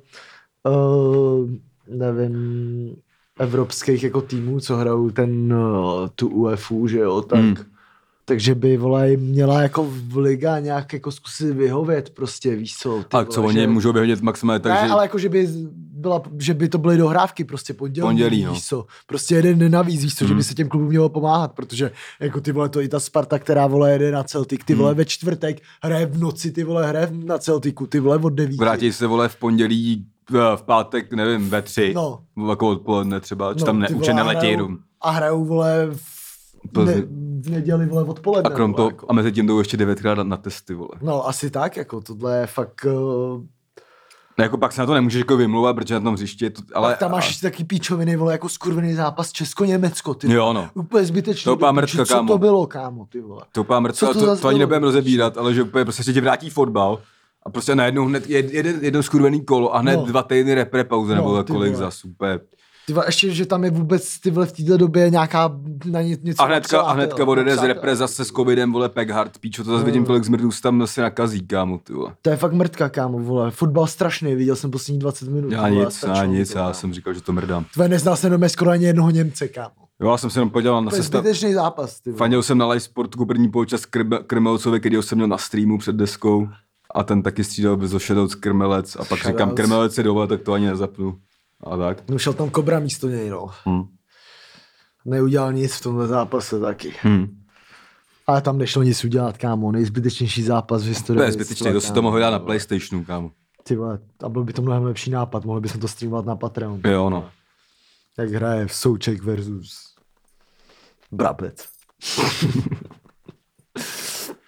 nevím, evropských jako týmů, co hrajou tu UEFu, že jo, tak... Takže by, vole, měla jako v liga nějak jako zkusit vyhovět prostě, víš co. A co oni můžou vyhodit maximálně tak, ne, ale jako, že by to byly dohrávky prostě pondělí, no. Víš co. Prostě jeden den navíc, víš co, že by se těm klubům mělo pomáhat, protože jako ty vole, to i ta Sparta, která vole jede na Celtic, ty vole ve čtvrtek, hraje v noci, ty vole hraje na Celticu, ty vole od 9. Vrátí se vole v pondělí, v pátek, nevím, ve 3, jako odpoledne třeba, či tam už neletějí dům. A hrajou vole v neděli vole odpoledne. A krom toho, jako. a mezi tím jdou ještě 9krát na testy, vole. No asi tak, jako tohle je fakt... No jako pak se na to nemůžeš jako vymlouvat, protože na tom hřiště ale... Tam máš taky píčoviny, vole, jako skurvený zápas Česko-Německo, ty. Jo, no. Úplně zbytečný. Co to bylo, kámo, ty vole. To úplně mrtka, to ani nebudeme rozebírat, ale že úplně prostě se ti vrátí fotbal a prostě najednou hned jedno skurvený kolo a hned 2 týdny repre pauze, nebo kolik za super. Ty vole, ještě, že tam je vůbec ty vole v této době nějaká na něco. A hnedka odjede z repre zase s covidem, vole, Peghard, píčo, to zase vidím, kolik zmrdů tam se nakazí, kámo, ty vole. To je fakt mrtka, kámo, vole. Fotbal strašný, viděl jsem poslední 20 minut. Já jsem říkal, že to mrdám. Tvoje neznal jsem doma skoro ani jednoho Němce, kámo. Jo, já jsem se jenom podělal na sestav. To je zbytečný zápas, ty vole. Fandil jsem na Live Sportu první poločas Krmelcovi, který jsem měl na streamu před deskou. A ten taky střídal bez Shadows Krmelec a pak říkám, Krmelec je dole, tak to ani nezapnu. A tak. No šel tam Kobra místo něj, no. Neudělal nic v tomhle zápase taky. Ale tam nešlo nic udělat, kámo. Nejzbytečnější zápas v historii. To je zbytečný, to si to mohl dát na PlayStationu, kámo. Ty vole, a byl by to mnohem lepší nápad, mohli bychom to streamovat na Patreon. Jo, no. Jak hraje v Souček versus Brabec.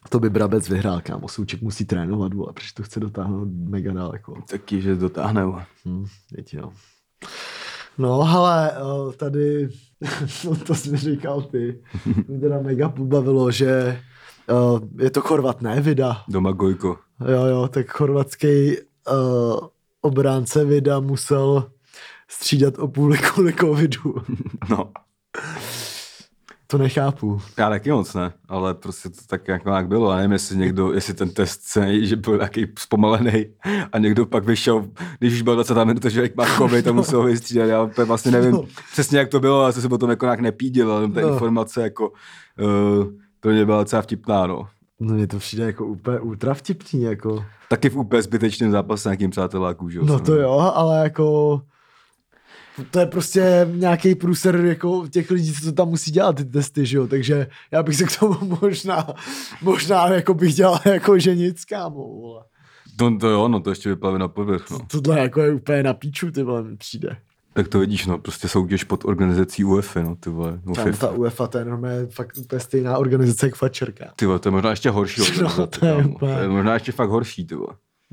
To by Brabec vyhrál, kámo. Souček musí trénovat, vole, protože to chce dotáhnout mega daleko. Taky, že dotáhne. Teď jo. No, hele, tady, to jsi mi říkal ty, mě teda mega pobavilo, že je to Chorvat, ne, Vida? Doma Gojko. Jo, tak chorvatský obránce Vida musel střídat o půli kvůli covidu. No. To nechápu. Já taky moc ne, ale prostě to tak jak bylo. Já nevím, jestli ten test že byl nějaký zpomalený a někdo pak vyšel, když už byl 20 minut, že jak má covid a musel ho vystřídat. Já vlastně nevím přesně, jak to bylo, já jsem se potom jako nějak nepídil, ale ta informace jako pro mě byla docela vtipná, no. No mně to přijde jako úplně ultra vtipný, jako. Taky v úplně zbytečném zápase nějakým přáteláků, že jo? No to jo, ale jako to je prostě nějaký průser jako těch lidí, co to tam musí dělat, ty testy, že jo, takže já bych se k tomu možná jako bych dělal jako že nic, kámo, vole. To jo, no to ještě vyplaví na povrch, no. Tohle jako je úplně na píču, ty vole, mi přijde. Tak to vidíš, no, prostě soutěž pod organizací UEFA, no, ty vole. No, ta UEFA, to je normálně fakt úplně stejná organizace jak Fatscherka. Ty vole, to je možná ještě horší. No, to je možná ještě fakt horší, ty vole.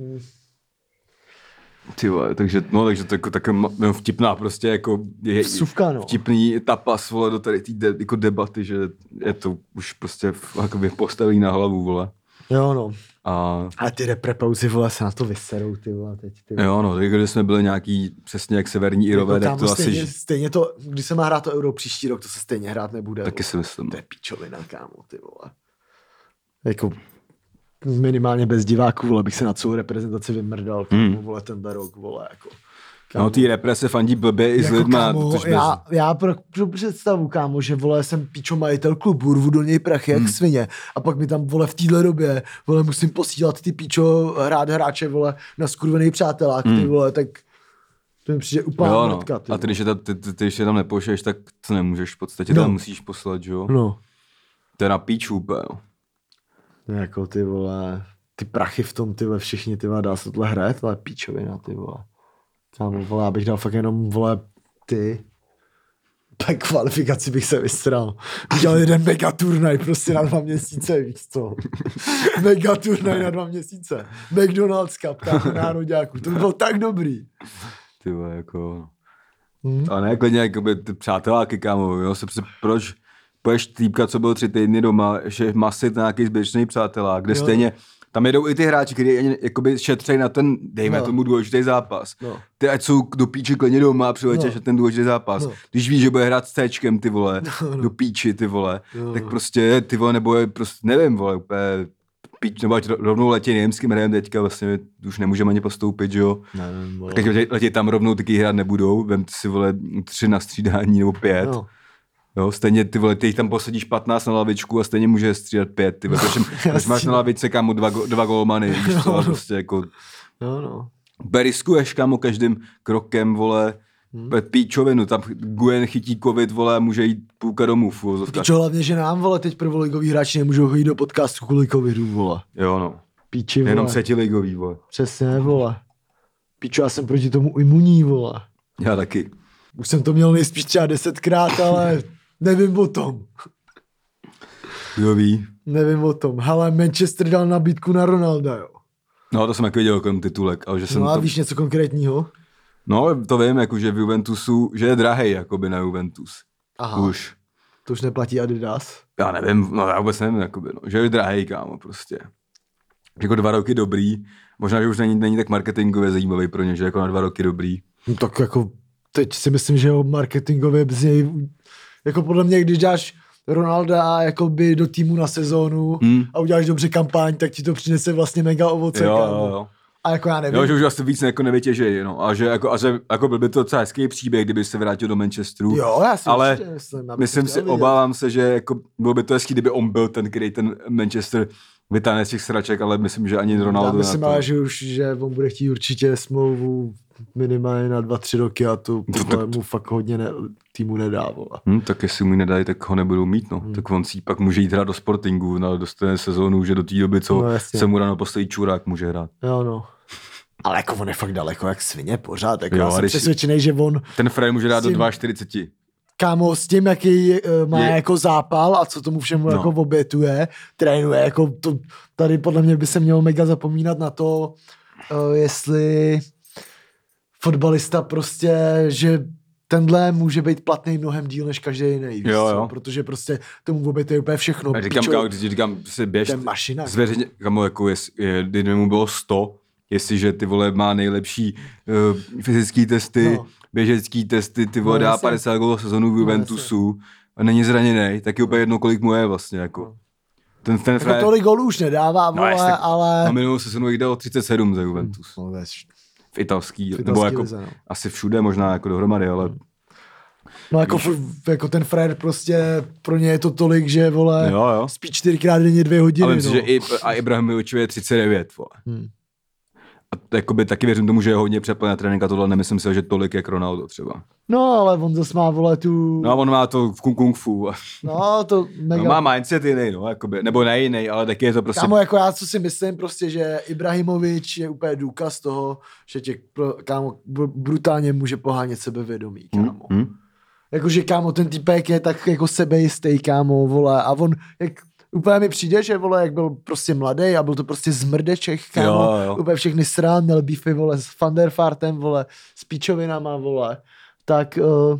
Ty vole, takže to jako vtipná prostě jako vsuvka, no. Vtipný tapas, vole, do tady té jako debaty, že je to už prostě jakoby postavený na hlavu, vole. Jo, no. A ty reprepauzy, vole, se na to vyserou, ty vole, teď. Ty vole. Jo, no, když jsme byli nějaký přesně jak severní Irové, jako tak to stejně to, když se má hrát to Euro příští rok, to se stejně hrát nebude. Taky vole. si myslím. To je píčovina, kámo, ty vole. Jako minimálně bez diváků, vole, bych se na celou reprezentaci vymrdal, kámo, vole, tenhle rok, vole, jako. Kámo. No, ty represe fandí blbě i s lidma. Kámo, já pro představu, kámo, že vole, jsem píčo majitel klubu, rvu do něj prachy jak svině a pak mi tam, vole, v téhle době, vole, musím posílat ty píčo hrát hráče, vole, na skurvený přátelák, ty vole, tak to mi přijde úplně mrtka, a ty, když je tam nepošleš, tak to nemůžeš v podstatě, tam musíš poslat, že jo? No. To je na píču úplně, no. Jako ty vole, ty prachy v tom, ty vole, všichni, ty vole, dá se tohle hraje, tohle píčovina, ty vole. Kámo, vole, abych dal fakt jenom, vole, ty. Tak kvalifikaci bych se vystral. Udělal jeden mega turnaj prostě na 2 měsíce, víš co. Mega turnaj na 2 měsíce. McDonald's Cup, kámo, nároďáku. To by bylo tak dobrý. Ty vole, jako. A ne, klidně, jakoby ty přáteláky, kámo, jo, se proč půjdeš týpka, co byl 3 týdny doma, že masit nějaký zbytečný přátelák, kde stejně tam jedou i ty hráči, kteří jakoby šetří na ten, dejme tomu, důležitý zápas. Ty ať jsou do píči klidně doma a přiletěš na ten důležitý zápas. Když víš, že bude hrát s Cčkem, ty vole, do píči, ty vole, tak prostě, ty vole, nebo je prostě, nevím, vole, úplně píč, nebo ať rovnou letí německým hrajem teďka, vlastně už nemůžeme ani postoupit, že jo. Teď letí tam rovnou taky hrát nebudou, vem si, vole, 3 na střídání nebo 5. Jo, stejně ty vole, ty jich tam posadíš 15 na lavičku a stejně může střídat 5, ty vole, protože máš na lavičce, kámo, 2 golmany, víš co, prostě jako. Beriskuješ, kámo, každým krokem, vole, píčovinu, tam Gujen chytí covid, vole, a může jít půlka domů, Píčo, hlavně, že nám, vole, teď prvoligoví hráči nemůžou chodit do podcastu kvůli covidu, vole. Jo, no. Píči, vole. Jenom 3. ligový, vole. Přesně, vole. Píčo, já jsem proti tomu imunní, vole. Já taky. Už jsem to měl nejspíš třeba 10krát, ale nevím o tom. Kdo ví? Nevím o tom. Hele, Manchester dal nabídku na Ronalda, jo. No, to jsem jak viděl kolem titulek. Ale že jsem a víš něco konkrétního? No, to vím, jako, že v Juventusu, že je drahej, jakoby na Juventus. Aha. Už. To už neplatí Adidas? Já nevím, no já vůbec nevím, jakoby, no, že je drahej, kámo, prostě. Jako 2 roky dobrý, možná, že už není tak marketingově zajímavý pro ně, že jako na 2 roky dobrý. No, tak jako, teď si myslím, že ho marketingově z něj, jako podle mě, když dáš Ronalda jakoby do týmu na sezónu a uděláš dobře kampaň, tak ti to přinese vlastně mega ovoce, kámo. Jo. A jako já nevím. Jo, že už asi víc jako nevytěžej, no. A že byl by to docela hezký příběh, kdyby se vrátil do Manchesteru. Jo, já si ale myslím si, obávám se, že jako bylo by to hezký, kdyby on byl ten, který ten Manchester vytáhne z těch sraček, ale myslím, že ani Ronaldo. Já myslím, ale že on bude chtít určitě smlouvu minimálně na 2-3 roky a to mu fakt hodně týmu nedá. Tak jestli mu nedají, tak ho nebudou mít, no. Tak on si pak může jít hrát do Sportingu, dostane sezónu, že do té doby, co se mu ráno postaví čurák, může hrát. Jo, no. Ale jako on je fakt daleko jak svině pořád, jako já jsem přesvědčený, že on... Ten Frey může dát do 42. kámo, s tím, jaký má jako zápal a co tomu všemu jako obětuje, trénuje, jako to, tady podle mě by se mělo mega zapomínat na to, jestli fotbalista prostě, že tenhle může být platný mnohem díl než každý jiný, jo. protože prostě tomu obětuje úplně všechno. A říkám si běž, zveřejně, kamo, jako kdyby mu bylo 100, jestliže ty vole má nejlepší fyzický testy, běžecký testy, ty vole dá 50 gólů sezonu v Juventusu a není zraněný, tak je úplně jedno, kolik mu je vlastně, jako. Ten jako tolik gólů už nedává, vole, ale... Na minulou sezonu jich dal 37 za Juventus. V italský nebo jako lize, asi všude možná jako dohromady, ale... No jako ten frajer prostě, pro ně je to tolik, že vole, spí 4x denně 2 hodiny. Ale myslím, že a Ibrahimovičovi je 39, vole. A jakoby taky věřím tomu, že je hodně přeplněná trénink a tohle nemyslím si, že tolik jak Ronaldo třeba. No, ale on zase má, vole, tu... No, on má to v kung fu. No, to mega... No, má mindset jiný, no, jakoby, nebo ne jiný, ale taky je to prostě... Kámo, jako já co si myslím prostě, že Ibrahimovič je úplně důkaz toho, že tě, kámo, brutálně může pohánět sebevědomí, kámo. Jakože, kámo, ten typek je tak jako sebejistý, kámo, vole, a on, jak... Úplně mi přijde, že vole, jak byl prostě mladý a byl to prostě zmrdeček, kámo, úplně všechny srán, měl beefy, vole, s Van der Vaartem, vole, s píčovinama, vole, tak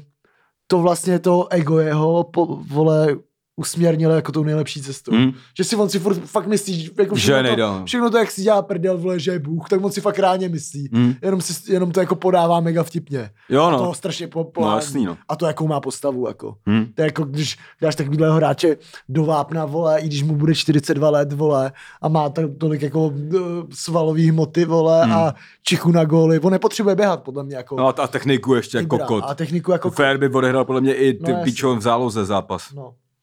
to vlastně to ego jeho, vole, usměrnilo jako tou nejlepší cestou. Že si on si fakt myslí, jako všechno to, jak si dělá prdel, vole, že je Bůh, tak on si fakt ráně myslí. Jenom to jako podává mega vtipně. Jo, no. A to strašně jasný, no. A to jakou má postavu, jako. To je jako, když dáš takovýhleho hráče do vápna, vole, i když mu bude 42 let, vole, a má tolik jako svalový hmoty, vole, a čichu na góly. On nepotřebuje běhat, podle mě, jako. No a techniku ještě jako kot. A techniku jako Fair by odehrál podle mě i ty píčo v záloze zápas.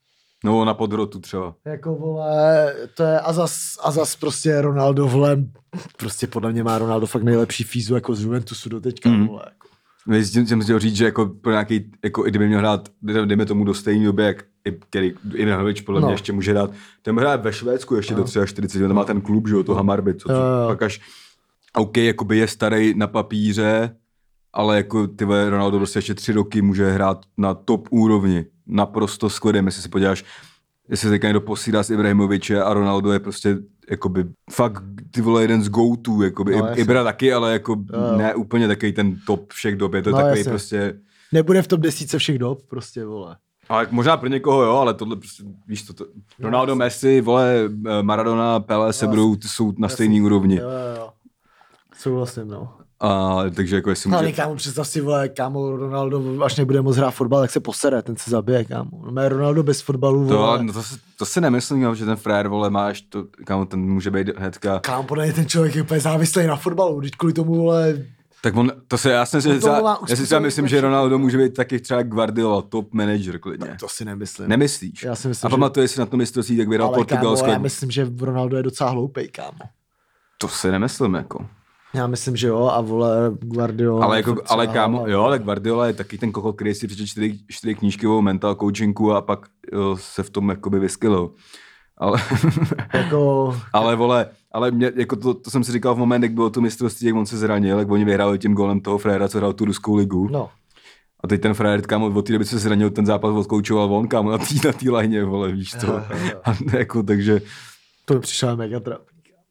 No na podrotu třeba. Jako, vole, to je a zas prostě Ronaldo, vole, prostě podle mě má Ronaldo fakt nejlepší fízu jako z Juventusu do teďka, vole, jako. Jsem chtěl říct, že jako pro nějaký, jako i kdyby měl hrát, dejme tomu do stejný doby, jak který Ibrahimovič podle mě ještě může dát. Ten hraje ve Švédsku ještě do 43, tam má ten klub, že jo, to Hammarby, co pak až, OK, jakoby je starý na papíře, ale jako ty Ronaldo prostě ještě 3 roky může hrát na top úrovni, naprosto skvělým, jestli se podíváš, jestli se teďka někdo posílá z Ibrahimoviče a Ronaldo je prostě jakoby fakt ty vole jeden z go-to, jakoby Ibra taky, ale jako ne úplně takový ten top všech dob, je to takový prostě... Nebude v top 10 všech dob, prostě, vole. Ale možná pro někoho jo, ale tohle prostě, víš to, Ronaldo, Messi, vole, Maradona, Pelé se budou, ty jsou na stejný úrovni. Jo. Souhlasím, no. A takže jako jestli může... Ale kámo, představ si, vole, kámo, Ronaldo, až nebude moc hrát fotbal, tak se posere, ten se zabije, kámo. Má Ronaldo bez fotbalu, vole. To si nemyslím, že ten frajer, vole, máš to, kámo, ten může být hnedka... Kámo, podle mě ten člověk je úplně závislý na fotbalu, když kvůli tomu, vole... Tak on, to se jasně, já si myslím, že Ronaldo může být taky třeba Guardiola, top manager klidně. No, to si nemyslím. Nemyslíš? Já si myslím, a pamatuješ si na to mistrovství, jak vyhrál Portugalsko. Ale já myslím, že Ronaldo je docela hloupej, kámo. To si nemyslím, jako. Já myslím, že jo, a vole Guardiola... Ale kámo, jo, ale Guardiola je taky ten kokot, který si přečte 4 knížky o mental coachingu a pak se v tom jakoby vyskylil. Ale, ale vole, ale mě, jako to jsem si říkal v moment, jak bylo to mistrovství, jak on se zranil, jak oni vyhráli tím gólem toho frajera, co hrál tu ruskou ligu. No. A teď ten frajer, kámo, od té doby se zranil, ten zápas odkoučoval on, kámo, na té lajně, vole, víš co. A jako, takže... To mi přišlo mega trapný.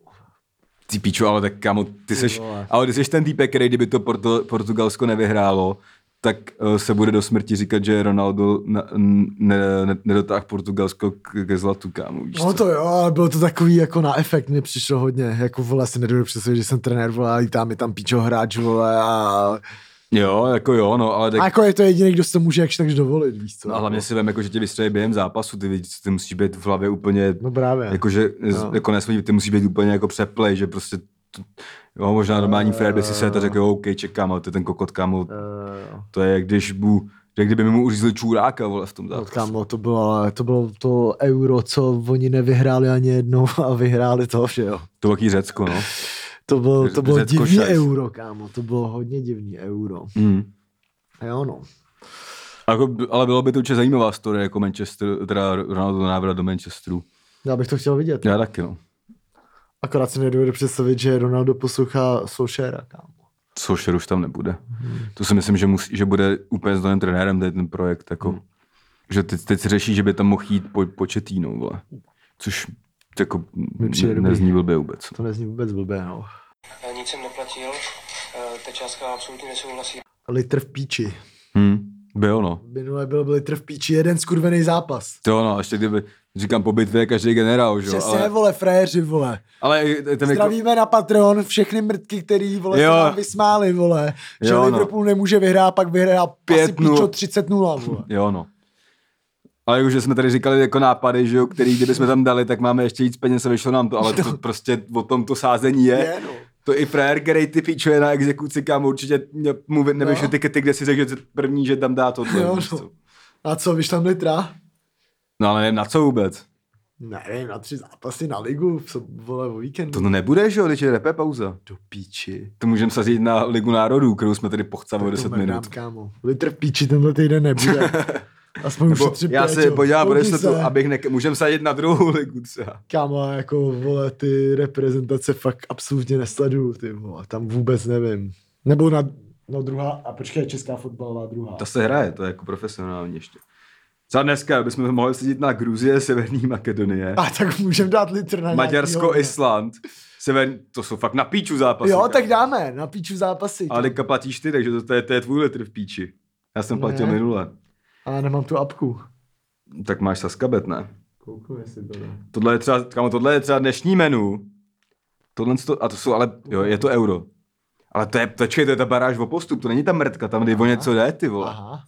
Ty píču, ale tak kámo, ty jsi ten týpek, který kdyby to Portugalsko nevyhrálo, tak se bude do smrti říkat, že Ronaldo nedotáhl Portugalsko ke zlatu, kámo, víš no to jo, ale bylo to takový jako na efekt, mě přišlo hodně, jako vole, si nedovedu představit, že jsem trenér, vole, a lítá mi tam píčo hráč, vole, a... Jo, jako jo, no, ale tak... A jako je to jediný, kdo se může jakž takž dovolit, víš co? No, a hlavně si vem, jako, že tě vystřelí během zápasu, ty musíš být v hlavě úplně... No právě. Jakože, jako nesmí, ty musíš být úplně jako přeplej, že prostě... Jo, možná normální Fred by si se to řekl, OK, čekám, ale to je ten kokot, kámo, to je, kdyby mi mu uřízli čůráka, vole, v tom zápasu. Kámo, to bylo to euro, co oni nevyhráli ani jednou a vyhráli to, že jo. To velký Řecko, no. To bylo divný euro, kámo, to bylo hodně divný euro. Jo, no. Ale bylo by to určitě zajímavá story, jako Manchester, teda Ronaldo návrat do Manchesteru. Já bych to chtěl vidět. Já taky, no. Akorát si nedovedu představit, že Ronaldo poslouchá Solskjaera, kámo. Solskjaer už tam nebude. To si myslím, že bude úplně s novým trenérem ten projekt. Jako, že teď se řeší, že by tam mohl jít Pochettino, vole. Což jako nezní blbě vůbec. To nezní vůbec blbě, no. Nic jsem neplatil, ta částka absolutně nesouhlasí. Litr v píči. Bylo, no. Minule byl litr v píči, jeden skurvený zápas. To no, ještě kdyby, říkám, po bitvě je každý generál, že jo. Přesně, vole, frajeři, vole. Ale ten Zdravíme na Patreon všechny mrtky, který, vole, se nám vysmáli, vole. Že Jo, Liverpool nemůže vyhrát, pak vyhrá asi 30-0, vole. Jo, no. Ale už jsme tady říkali jako nápady, že jo, který kdybychom tam dali, tak máme ještě víc peněz a vyšlo nám to, ale to prostě o tom to sázení je. No. To i frajer, který ty píčuje na exekuci, kam určitě mu nevyšly tikety, kde si řekl, že první, že tam dá to. Jo, no. A co, víš tam litra? No ale nevím, na co vůbec. Nevím, na 3 zápasy na ligu, vole, o víkendu. To nebude, že jo, když je repé pauza. Do píči. To můžeme sazit na Ligu národů, kterou jsme tady pochcali o 10 minut. Kámo. Litr v píči tenhle týden nebude. Aspoň už já se podívám po 10, abych můžeme sadit na druhou ligu třeba. Kámo, jako, vole, ty reprezentace fakt absolutně nesleduju, ty vole, tam vůbec nevím. Nebo na druhá, a počkej, česká fotbalová druhá. Ta se hraje, to je jako profesionální ještě. Za dneska bychom mohli sedět na Gruzie, Severní Makedonie. A tak můžeme dát litr na Maďarsko, Island. To jsou fakt na píču zápasy. Jo, tak dáme, na píču zápasy. Ale teďka platíš ty, takže to je tvůj litr v píči. Já jsem platil minule. Ale nemám tu apku. Tak máš Saskabet, ne? Kouknu, jestli to jde. Tohle je třeba dnešní menu. A to jsou ale, jo, je to euro. Ale to je ta baráž o postup, to není ta mrtka, tam jde o něco jde, ty vole. Aha.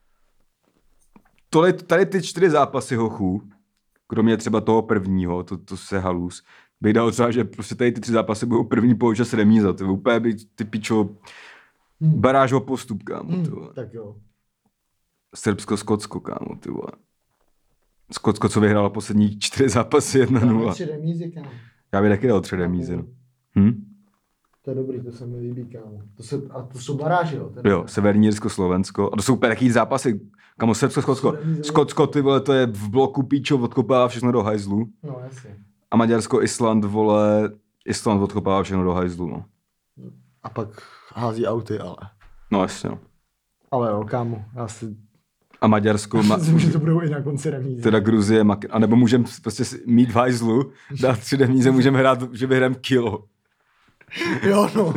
Tady ty 4 zápasy hochů, kromě třeba toho prvního, to se halus, bych dal třeba, že prostě tady ty 3 zápasy budou první poločas remíza, ty úplně by ty pičo baráž o postup, kámo, ty vole. Tak jo. Srbsko-Skotsko, kámo, ty vole. Skotsko, co vyhrálo poslední 4 zápasy 1-0. 3 remízy, kámo. Já bych taky dal 3 remízy, no. To je dobrý, to se mi líbí, kámo. To jsou baráže, jo? Jo, Severní Irsko, Slovensko. A to jsou úplně takový zápasy, kamo, Srbsko, Skotsko. Skotsko, ty vole, to je v bloku píčo, odkopává všechno do hajzlu. No, jasně. A Maďarsko, Island, vole, Island odkopává všechno do hajzlu, no. A pak hází auty, ale. No, jasně, no. Ale jo, kámo, já si... A Maďarsko, myslím, že to budou i na konci remízy. teda Gruzie, a nebo můžeme prostě mít v hajzlu, dát 3 remíze, můžeme hrát, že vyhrám kilo. Jo, no.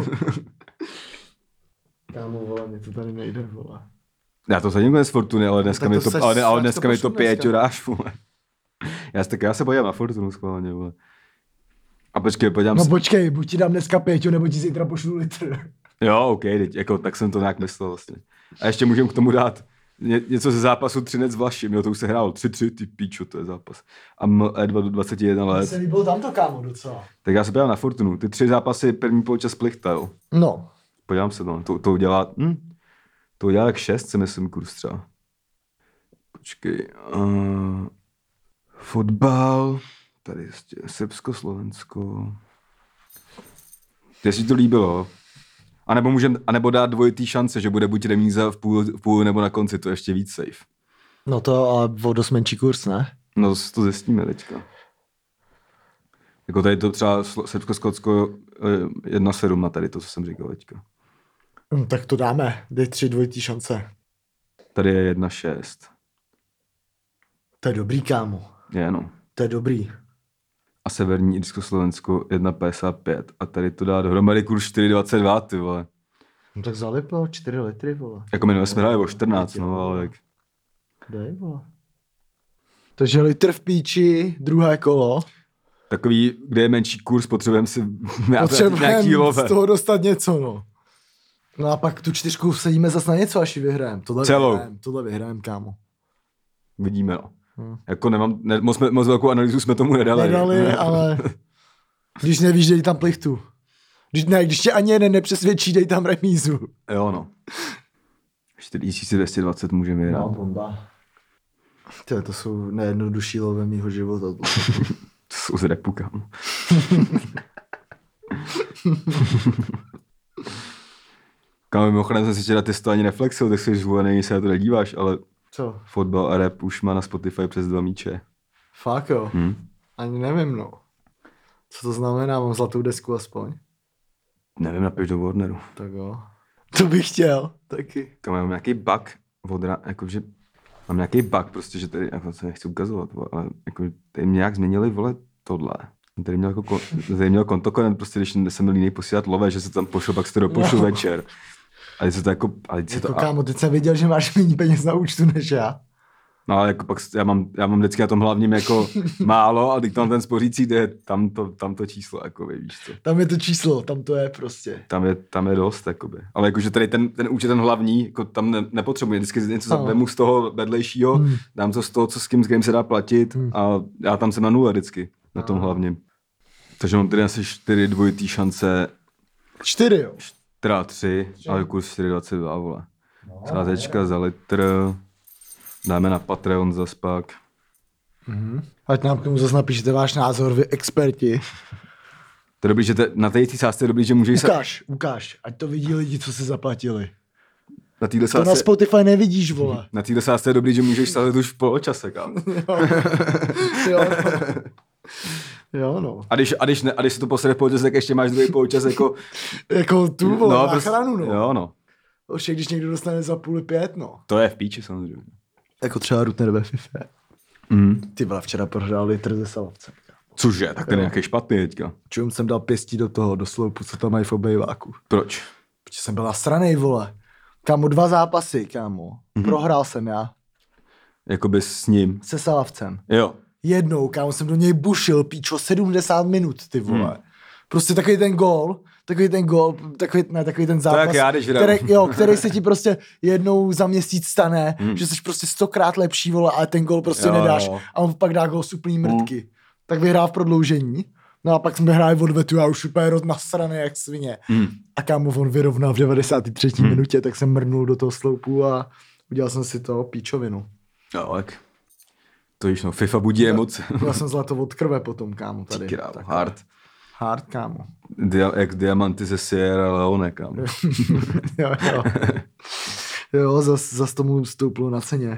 Kámo, vole, mě to tady nejde, vole. Já to sadím z Fortuny, ale dneska mi to, ale dneska mi to dneska. dáš, vole. Já se podívám na Fortunu schválně, vole. A počkej, podívám No počkej, buď ti dám dneska 5, nebo ti zítra pošlu litr. Jo, OK, teď, jako, tak jsem to nějak myslel vlastně. A ještě můžeme k tomu dát něco ze zápasu Třinec Vlašim, jo, to už se hrálo 3-3, ty píčo, to je zápas. A E2 do 21 let. Mně se líbilo tamto, kámo, docela. Tak já se podívám na Fortunu, ty 3 zápasy první poločas Plichta, jo. No. Podívám se, no, to udělá, to udělá jak 6, si myslím, kurz třeba. Počkej, fotbal, tady ještě Srbsko, Slovensko. Jestli to líbilo, a nebo dát dvojitý šance, že bude buď remíza v půl nebo na konci, to je ještě víc safe. No to ale o dost menší kurz, ne? No to zjistíme teďka. Jako tady to třeba Srbsko-Skotsko 1-7 na tady to, co jsem říkal teďka. Tak to dáme, dej 3 dvojitý šance. Tady je 1-6. To je dobrý, kámo. Je, no. To je dobrý. A Severní Irsko-Slovensko 1,55. A tady to dá dohromady kurz 4,22, ty vole. No tak zaliplo 4 litry, vole. Jako minule jsme hráli o 14, no, ale tak. Dej, vole. Takže litr v píči, druhé kolo. Takový, kde je menší kurz, potřebujeme si nějaký Potřebujeme love. z toho dostat něco, no. No a pak tu 4 sedíme zase na něco, až ji vyhrajeme. Tohle vyhrajeme, kámo. Vidíme, no. Jako moc velkou analýzu jsme tomu nedali. Ale když nevíš, dej tam plichtu. Když tě ani jeden nepřesvědčí, dej tam remízu. Jo, no. 4220 můžeme vyhrát. No, bomba. To jsou nejjednodušší love mýho života. To jsou z repu, kámo. Kámo, mimochodem jsem si včera testoval ani Reflexil, tak jsi zvolený, se na to nedíváš, ale co? Fotbal a rap už má na Spotify přes 2 míče. Fakt jo? Ani nevím, no. Co to znamená? Mám zlatou desku aspoň? Nevím, napiš do Warneru. Tak jo. To bych chtěl, taky. To mám nějaký bug jakože mám nějaký bug prostě, že tady, jako se nechci ukazovat, ale jako tady mě nějak změnili, vole, tohle. Tady měl, jako, tady měl kontokorent, prostě když jsem byl jiný posílat lové, že se tam pošel, pak se to dopošlu večer. Ale se to jako... Kámo, teď jsem věděl, že máš méně peněz na účtu než já. No ale jako pak já mám vždycky na tom hlavním jako málo a teď tam ten spořící jde, tam to číslo, jako víš co. Tam je to číslo, tam to je prostě. Tam je dost, jakoby. Ale jakože tady ten účet, ten hlavní, jako tam nepotřebuji, vždycky něco vemu z toho vedlejšího, dám to z toho, s kým se dá platit a já tam jsem na nule vždycky, na tom hlavním. Takže mám tady asi 4 dvojitý šance. 4, jo? Teda 3, ale kurz 4,22, vole. Sázečka za litr. Dáme na Patreon zas pak. Ať nám k tomu zase napíšete váš názor, vy experti. To je dobrý, že na té sázce je dobrý, že můžeš... Ukáž, ať to vidí lidi, co si zaplatili. Na téhle To na Spotify nevidíš, vole. Na téhle sázce je dobrý, že můžeš sázet už v poločase, kámo. Jo, no. A když se to posede v poločase, tak ještě máš druhý poločas jako... Jako tu, vole, no, záchranu, no. Jo, no. Ještě když někdo dostane za 4,5, no. To je v píči, samozřejmě. Jako třeba Rutner ve FIFA. Ty vole, včera prohrál litr ze Salavcem. Cože, tak ten je nějaký špatný teďka. Čím jsem dal pěstí do sloupu, co tam mají v obejváku. Proč? Protože jsem byl nasranej, vole. Kámo, 2 zápasy, kámo. Prohrál jsem já. Jakoby s ním. Se Salavcem. Jo. Jednou, kámo, jsem do něj bušil, píčo, 70 minut, ty vole. Prostě takový ten gól, takový ten zápas, tak já, který se ti prostě jednou za měsíc stane, že jsi prostě 100krát lepší, vole, ale ten gól prostě nedáš a on pak dá gól z úplný mrtky. Tak vyhrál v prodloužení, no a pak jsme hráli odvetu a už úplně nasraný jak svině. A kámo, on vyrovnal v 93. minutě, tak jsem mrnul do toho sloupu a udělal jsem si to píčovinu. Jo, tak. To již no, FIFA budí emoce. Já jsem zlato od krve potom, kámo, tady. Hard, kámo. Jak diamanty ze Sierra Leone, kámo. Jo, zas tomu stouplo na ceně.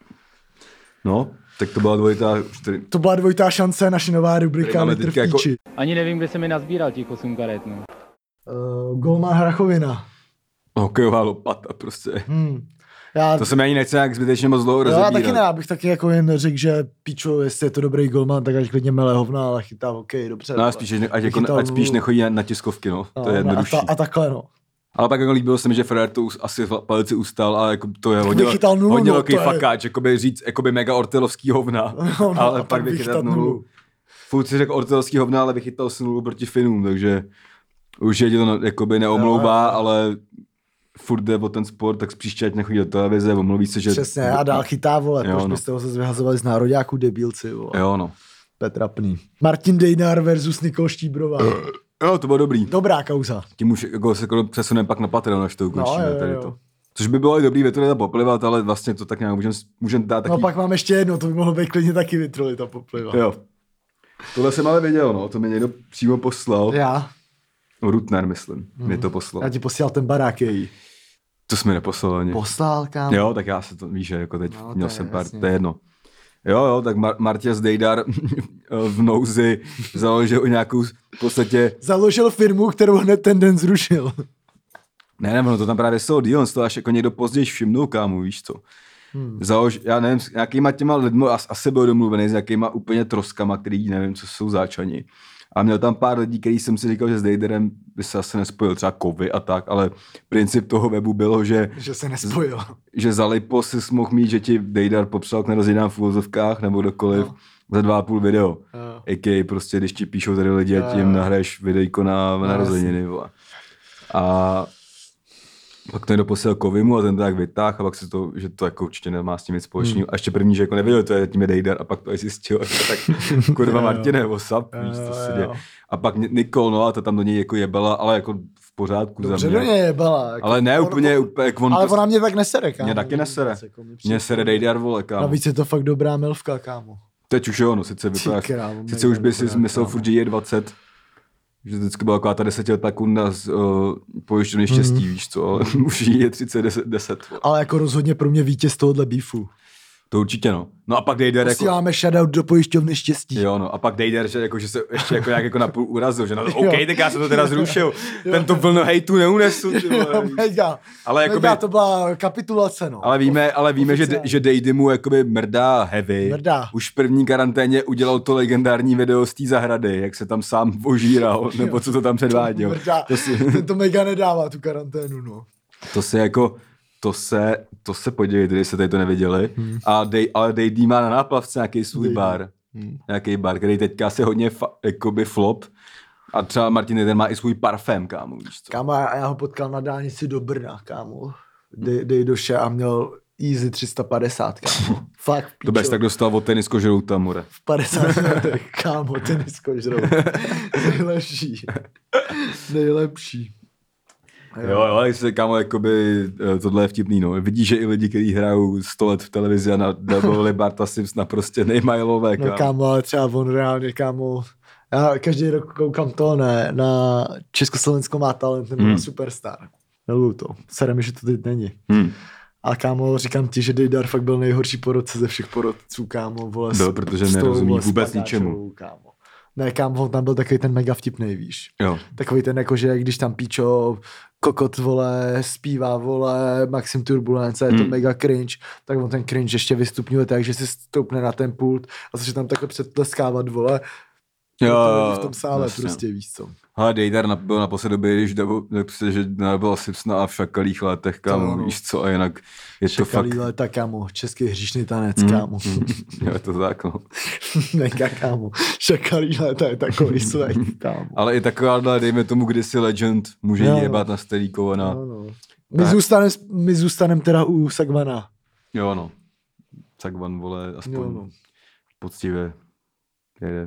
No, tak to byla dvojitá... To byla dvojitá šance, naše nová rubrika Litr v píči. Ani nevím, kde se mi nazbíral těch 8 karet, no. Golman Hrachovina. Hokejová lopata prostě. To se mi ani nechce nějak zbytečně moc dlouho rozebírat. Já taky ne, abych taky jako jen řekl, že pičo, jestli je to dobrý golman, tak ať klidně mele hovna, ale chytá hokej, dobře. No a spíš, ať spíš nechodí na tiskovky, no. To je jednodušší. A takhle, no. Ale pak jako líbilo se mi, že Federer to asi palici ustal a jako to je hodně velký fakáč, jakoby říct jakoby mega ortelovský hovna, ale pak vychytat nulu. Furt si řekl ortelovský hovna, ale vychytal si nulu proti Finům, takže už je to jakoby neomlouvá, ale furt jde o ten sport, tak příště ať nechodí do televize, omluví se, že... Přesně, a dál chytá, vole, proč byste ho se vyhazovali z nároďáků debilci, vole. Jo, no. Petrapný. Martin Dejnár versus Nikol Štíbrová. Jo, to bylo dobrý. Dobrá kauza. Tím už jako se přesuneme pak na Patreon, až to ukončíme tady to. Což by bylo i dobrý Vytrolita poplivat, ale vlastně to tak nějak můžeme dát taky... No pak mám ještě jedno, to by mohlo být klidně taky Vytrolita poplivat. Jo. Tohle jsem ale viděl, no, to mi někdo přímo poslal. Já. Rutner, myslím, mi to poslal. Já ti posílal ten barák její. To jsi mi neposlal ani. Poslal, kámo. Jo, tak já se to víš, že jako teď měl jsem pár, to je jedno. Jo, tak Martias Dejdar v nouzi založil nějakou v podstatě... Založil firmu, kterou hned ten den zrušil. Ne, ono to tam právě jsou díl, on to až jako někdo později všimnul, kámo, víš co. Já nevím, s nějakýma těma lidmi asi byl domluvený, s nějakýma úplně troskama, který nevím, co jsou záčani. A měl tam pár lidí, který jsem si říkal, že s Dejderem by se asi nespojil, třeba kovy a tak, ale princip toho webu bylo, že se nespojil. Že za lipo si mohl mít, že ti Dejdar popsal k narozeninám v uvozovkách nebo kdokoliv za 2,5 video. A.k.a. prostě, když ti píšou tady lidi a tím nahraješ videjko na narozeniny. A pak to někdo posílal Kovimu a ten to tak vytáhl a pak se to, že to jako určitě nemá s tím nic společného. A ještě první, že jako nevěděl, to je tím je Dejdar a pak to zjistil a to tak kurva Martine, WhatsApp, víš, co se děje. A pak Nikol, no a to tam do něj jako jebala, ale jako v pořádku dobře za mě. Dobře do něj jebala. Jako ale ne úplně, jak on... Ale ona mě tak nesere, kámo. Mě taky nesere. Mě sere Dejdar, vole, kámo. Navíc je to fakt dobrá milvka, kámo. Teď už jo, no, sice vypadáš, sice už by si myslel furt, že je 20, že vždycky byla taková ta 10letá kunda z pojištěný štěstí, víš co, ale už je 30, 10. Ale jako rozhodně pro mě vítěz tohohle beefu. To určitě no. No a pak Dejder jako... Posíláme shoutout do pojišťovny štěstí. Jo no, a pak Dejder, že se ještě jako nějak jako napůl urazil, že no OK, tak já jsem to teda zrušil. Tento vlno hejtu neunesu, ty vole. Mega. Ale jakoby... Mega, to byla kapitulace, no. Ale víme, že Dejdy mu jakoby mrdá heavy. Mrdá. Už v první karanténě udělal to legendární video z té zahrady, jak se tam sám ožíral, nebo co to tam předváděl. Mrdá. Ten to mega nedává, tu karanténu, no. To se jako... To se podívejte, když se tady to neviděli. Ale Dejdy má na náplavce nějaký svůj bar. Nějaký bar, který teďka se hodně jakoby flop. A třeba Martin Dejder má i svůj parfém, kámo, víš co? Kámo, já ho potkal na dálnici do Brna, kámo. Dejdoše a měl Easy 350, kámo. Fakt, píčo. To bys tak dostal od tenisko žrouta, more. V 50 letech, kámo, tenisko žrout. Nejlepší. Jo, jestli kámo, jakoby tohle je vtipný, no. Vidíš, že i lidi, kteří hrajou 100 let v televizi a nadobili Barta Simpsona prostě nejmajlové, kámo. No kámo, ale třeba on reálně, kámo, já každý rok koukám to, ne, na Československo má talent, nebo na Superstar. Miluju to. Sere mi, že to teď není. A kámo, říkám ti, že Dejdar fakt byl nejhorší porodce ze všech porodců, kámo, vole. Byl, protože nerozumí vůbec ničemu. Kámo. Ne, kámo, tam byl takový ten mega vtipnej, víš. Jo. Takový ten, jakože když tam píčo kokot, vole, zpívá, vole, Maxim Turbulence, je to mega cringe, tak on ten cringe ještě vystupňuje tak, že si stoupne na ten pult a začne tam takhle předtleskávat, vole. Jo, v tom sále jasně. prostě, víš co. Ale Dejdar byl naposledy době, když že nabil Simpsona a v Šakalých letech, kámo, no. Víš co, a jinak je to fakt... Šakalí léta, kámo, český hříšný tanec, kámo. Jo, je to tak, no. Mega, kámo, Šakalí léta je takový svej, kámo. Ale i takováhle, dejme tomu, kdysi Legend může Jo. jebat na Stelíkova na... No. My zůstaneme teda u Sagvana. Jo, no. Sagvan, vole, aspoň Jo, no. poctivě jede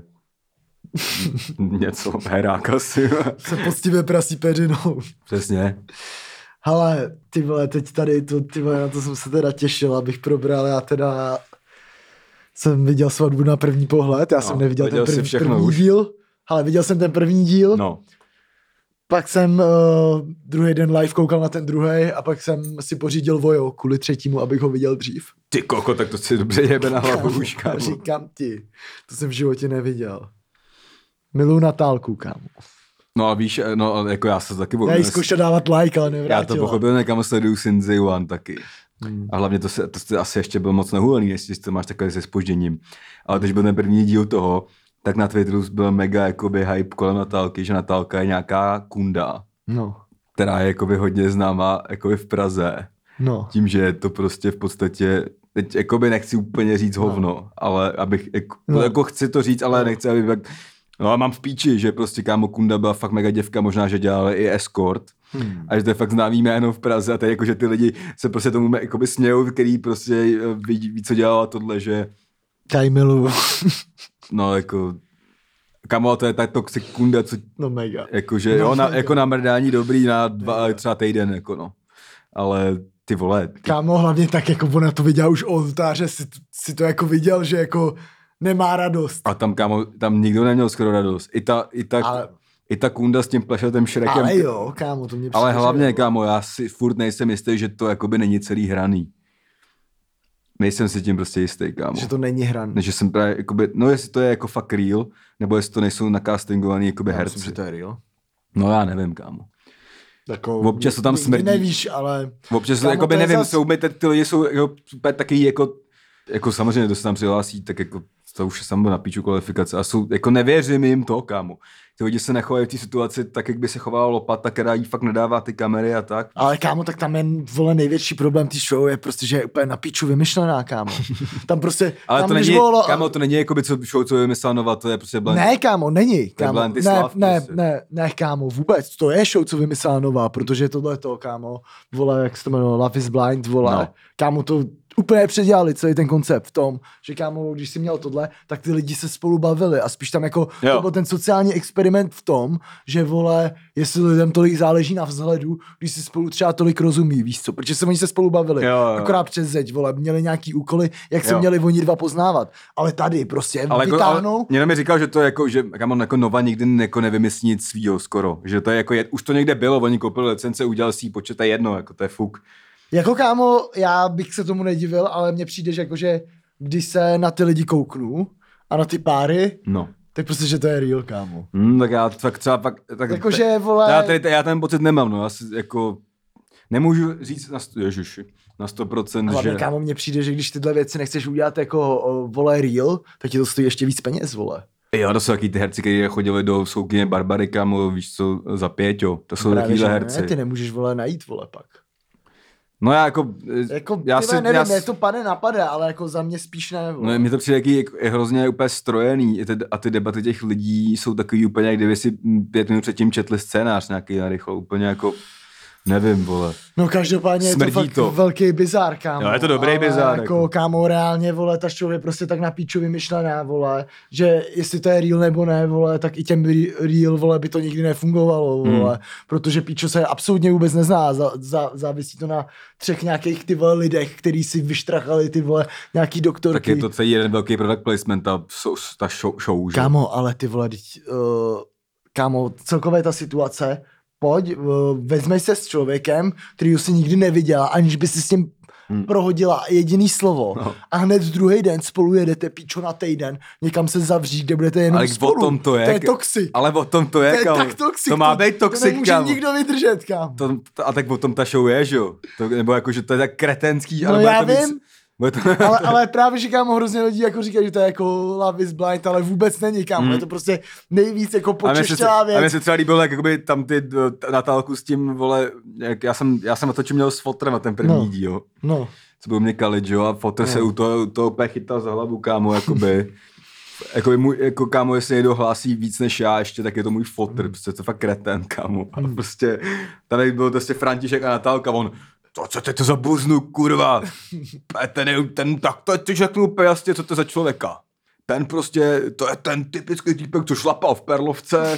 něco, herák asi. Se poctivě prasí peřinou. Přesně. Hele, ty vole, teď tady, ty vole, na to jsem se teda těšil, abych probral, já teda jsem viděl Svatbu na první pohled, já jsem neviděl ten první díl, ale viděl jsem ten první díl, No. pak jsem druhý den live koukal na ten druhý a pak jsem si pořídil Vojo kvůli třetímu, abych ho viděl dřív. Ty koko, tak to si dobře jebe na hlavu Kámo, už, kámo. říkám ti, to jsem v životě neviděl. Miluju Natálku, kámo. No a víš, no jako já se taky... Já jí zkoušel dávat like, ale nevrátila. Já to pochopil, někam sleduju Sinzy One taky. A hlavně to asi ještě byl moc nehulený, jestli to máš takové se zpožděním. Ale když byl ten první díl toho, tak na Twitteru byl mega jakoby hype kolem Natálky, že Natálka je nějaká kunda, No. která je jakoby hodně známá jakoby v Praze. No. Tím, že je to prostě v podstatě, teď jakoby nechci úplně říct hovno, ale abych, jako chci to říct, ale nechci, aby tak, no a mám v píči, že prostě kámo Kunda byla fakt mega děvka, možná, že dělala i escort. A že to je fakt známý jméno v Praze a tady jako, že ty lidi se prostě tomu jakoby smějou, který prostě ví, co dělala tohle, že... Kaj miluju. No jako... Kamo, to je ta toxic Kunda, co... No mega. Jakože jo, jako na mrdání dobrý na 2 třeba týden, jako no. Ale ty vole... Kámo, hlavně tak, jako ona to viděla už od oltáře, si to jako viděl, že jako nemá radost. A tam, kámo, tam nikdo neměl skoro radost. I ta Kunda s tím plešatým Shrekem. Ale jo, kámo, to mě přijde. Ale hlavně, kámo, já si furt nejsem jistý, že to jakoby není celý hraný. Nejsem si tím prostě jistý, kámo. Že to není hraný. Že jsem právě, jakoby, no jestli to je jako fakt real, nebo jestli to nejsou nakastingovaný jakoby herci. Myslím, že to je real. No já nevím, kámo. Jako, občas to tam smrdí. Nevíš, ale... Občas kámo, jakoby, to je nevím, jsou, ty lidi jsou super taky jako samozřejmě, kdo se tam přihlásí, tak jako to už je samo na píču kvalifikace a jsou, jako nevěřím jim to, kámo. Ty lidi se nechovají v té situaci tak, jak by se chovala Lopata, která jí fakt nedává ty kamery a tak. Ale kámo, tak tam je, vole, největší problém té show je prostě, že je úplně na píču vymyšlená, kámo. Tam prostě... Ale tam to není, kámo, to není jako by show, co vymyslela Nova, to je prostě blend. Ne, kámo, není, kámo. Ne, Ne, kámo, vůbec. To je show, co vymyslela Nova, protože tohle to, kámo, vole, jak se to jmenuje, Love is Blind, vole. No. Kámo, to úplně předělali celý ten koncept v tom, že kámo, když jsi měl tohle, tak ty lidi se spolu bavili a spíš tam jako to byl ten sociální experiment v tom, že vole, jestli lidem tolik záleží na vzhledu, když si spolu třeba tolik rozumí, víš co, protože se oni se spolu bavili, akorát přes zeď, vole, měli nějaký úkoly, jak se měli oni dva poznávat, ale tady prostě ale vytáhnou. Jako, někdo mi říkal, že to je jako, že kámo, jako Nova nikdy jako nevymyslí nic svýho skoro, že to je jako, už to někde bylo, oni koupili licence, udělal si počet a jedno, jako to je fuk. Jako kámo, já bych se tomu nedivil, ale mně přijde, že jakože když se na ty lidi kouknu a na ty páry, No. tak prostě, že to je real, kámo. Tak já fakt třeba pak... Tak, Jakože, vole... já ten pocit nemám, no. Já si jako... Nemůžu říct na 100%, Hlavně, že... kámo, mně přijde, že když tyhle věci nechceš udělat jako vole real, tak ti to stojí ještě víc peněz, vole. Jo, to jsou taky ty herci, kteří chodili do soukyně Barbary, kámo, víš co, za 5, jo. To jsou takovýhle herci. Ne, ty nemůžeš, vole, najít, vole, pak. No já jako Nevím, mě to napadá, ale jako za mě spíš ne, vole. No, mně to přijde jaký hrozně úplně strojený a ty debaty těch lidí jsou takový úplně, jak kdyby si 5 minut předtím četli scénář nějaký narychlo, úplně jako, nevím, vole. No každopádně je to fakt velký bizár, kámo. Jo, je to dobrý bizár. Jako, kámo, reálně, vole, ta show je prostě tak na píču vymyšlená, vole, že jestli to je real nebo ne, vole, tak i těm real, vole, by to nikdy nefungovalo, vole, protože píčo se absolutně vůbec nezná, závisí to na 3 nějakých, ty vole, lidech, který si vyštrachali, ty vole, nějaký doktorky. Tak je to celý jeden velký product placement, ta show, že? Kámo, ale ty vole, kámo, celkově ta situace, pojď, vezmeš se s člověkem, který si nikdy neviděla, aniž by si s tím prohodila jediný slovo. No. A hned druhý den spolu jedete píčo na týden, někam se zavřít, kde budete jenom ale spolu. O tom to je toxic. Ale o tom to je, kámo. To má být toxic, to nemůže kámo. nikdo vydržet, kámo. A tak o tom ta show je, že jo? Nebo jako, že to je tak kretenský. No já vím. To... ale právě, že kámo, hrozně lidí jako říkají, že to je jako Love is Blind, ale vůbec není, kámo. Je to prostě nejvíc jako počeštělá věc. A mně se třeba líbilo, jak jakoby tam ty Natálku s tím, vole, jak já jsem na to, čím měl s fotrem a ten první díl. No. Co byl mě Khalid, jo, a fotr se u toho úplně chytal za hlavu, kámo, jakoby. Jako kámo, jestli někdo hlásí víc než já ještě, tak je to můj fotr, prostě to je fakt kreten, kámo. A prostě, tady byl prostě František a Natálka, on, co to je to za buznu, kurva? Tak to ti řeknu úplně jasně, co to je za člověka. Ten prostě, to je ten typický týpek, co šlapal v Perlovce.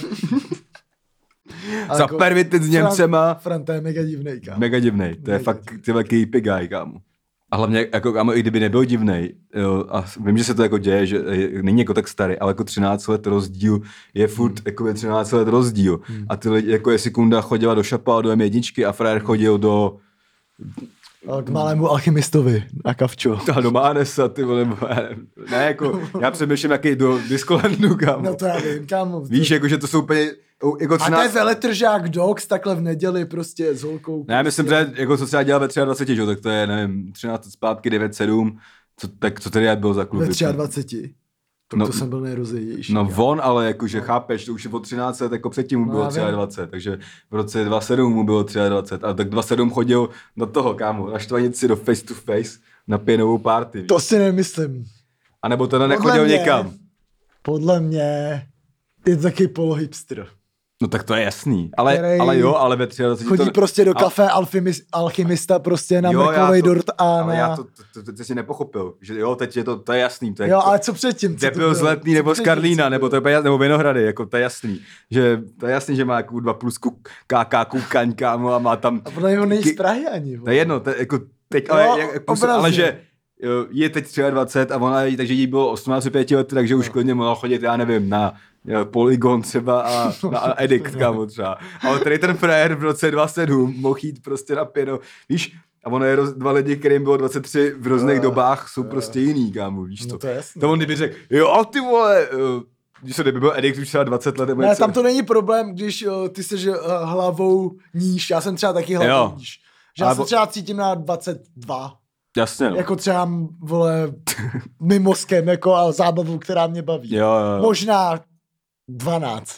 Za jako pervitit s Němcema. Franta je mega divnej, kámo. Mega divnej, to je fakt ty velký guy, kámo. A hlavně, jako kámo, i kdyby nebyl divnej, jo, a vím, že se to jako děje, že není jako tak starý, ale jako 13 let rozdíl je furt jako 13 let rozdíl. A ty lidi, jako jestli Kunda chodila do Šapa do M1 a frajer chodil do k malému alchymistovi na kavčo. A do Mánesa, ty vole, ne, jako, já přemýšlím jaký do Discolandu, kámo. No to já vím, kámo. Víš, jako, že to jsou úplně, jako 13... A to je veletržák Dogs, takhle v neděli prostě s holkou. Ne, myslím, že jako co se dělal ve 23, že? Tak to je, nevím, 13 zpátky, 9-7, co tedy bylo za kluby? Ve 23. To jsem byl nejrozenější. No on, ale jakože chápeš, to už je po 13 let, jako předtím mu bylo 23, takže v roce 27 mu bylo 23, ale tak 27 chodil do toho, kámo, na štvanici do face to face na pěnovou party. To si nemyslím. A nebo teda nechodil někam. Podle mě je to taky polohipster. No tak to je jasný, ale jo, ale ve 23... Chodí prostě do kafe alchymista prostě na mrkovej dort a ale na... já to si nepochopil, že jo, teď je to je jasný. To je, jo, ale co předtím? Debil z Letný nebo z Karlína, nebo to je nebo Vinohrady, jako to je jasný. Že to je jasný, že má jako 2 plus KK kukaň, kámo, a má tam... A podle něho není z Prahy ani. To je jedno, to je jako teď, ale že je teď 23 a ona, takže jí bylo 18 let, takže už klidně mohla chodit, já nevím, na Polygon třeba a na Edict, kámo třeba. Ale tady ten frajer v roce 27 mohl jít prostě na pěno, víš, a ono je 2 lidi, kterým bylo 23 v různých dobách, jsou prostě jiný, kámo, víš to. To on kdyby řekl, jo, ty vole, když se kdyby byl Edict už třeba 20 let. Ne, tam to není problém, když ty jsi hlavou níž, já jsem třeba taky hlavou níž. Že já se třeba cítím na 22. Jasně, no. Jako třeba, vole, mimozkem, jako a zábavu, která mě baví. Jo. Možná 12.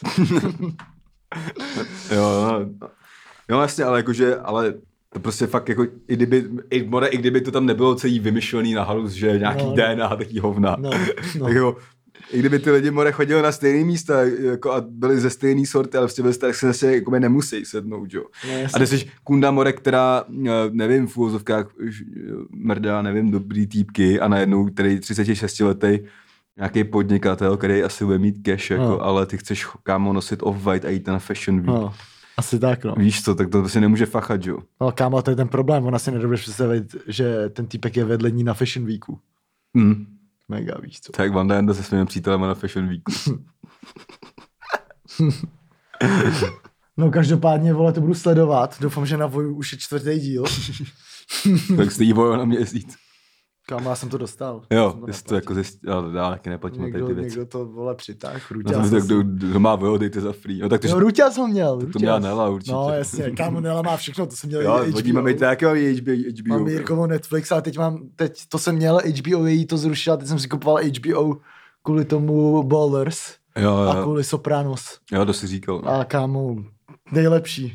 Jo, jasně, ale jakože, ale to prostě fakt jako, i kdyby to tam nebylo celý vymyšlený na halus, že nějaký DNA a taký hovna. No. Tak jako, i kdyby ty lidi more chodili na stejné místa jako a byli ze stejné sorty, ale prostě tak se zase jako nemusí sednout, jo. No, a když jsi Kunda more, která, nevím, v úvozovkách mrdá, nevím, dobrý týpky a najednou, který 36 letý nějaký podnikatel, který asi bude mít cash, jako, ale ty chceš, kámo, nosit off-white a jít na Fashion Week. No. Asi tak, no. Víš co, tak to prostě nemůže fachat, jo. No, kámo, to je ten problém, ona si nedovedeš představit, že ten týpek je vedle ní na Fashion Weeku. Mega, víš co. Tak Vanda jde se svými přítelema na Fashion Weeku. No každopádně, vole, to budu sledovat. Doufám, že na Voju už je 4. díl. Tak stojí Vojo na měsíc. Kámo, já jsem to dostal. Jo, ty jsi to jako zjistil, ale já taky neplatím na ty věci. Někdo to, vole, přitáhl. No, tak kdo má vojho, dejte za free. No, tak to, Jo, Ruťa jsem měl. to měla Nela určitě. No jasně, kámo, Nela má všechno, to jsem měl Jo, HBO. vodí máme takového HBO. Mám Jirkovo Netflix a teď to jsem měl HBO, její to zrušila, teď jsem si kupoval HBO kvůli tomu Ballers Jo. a kvůli Sopranos. Jo, to si říkal. No. A kámo, nejlepší.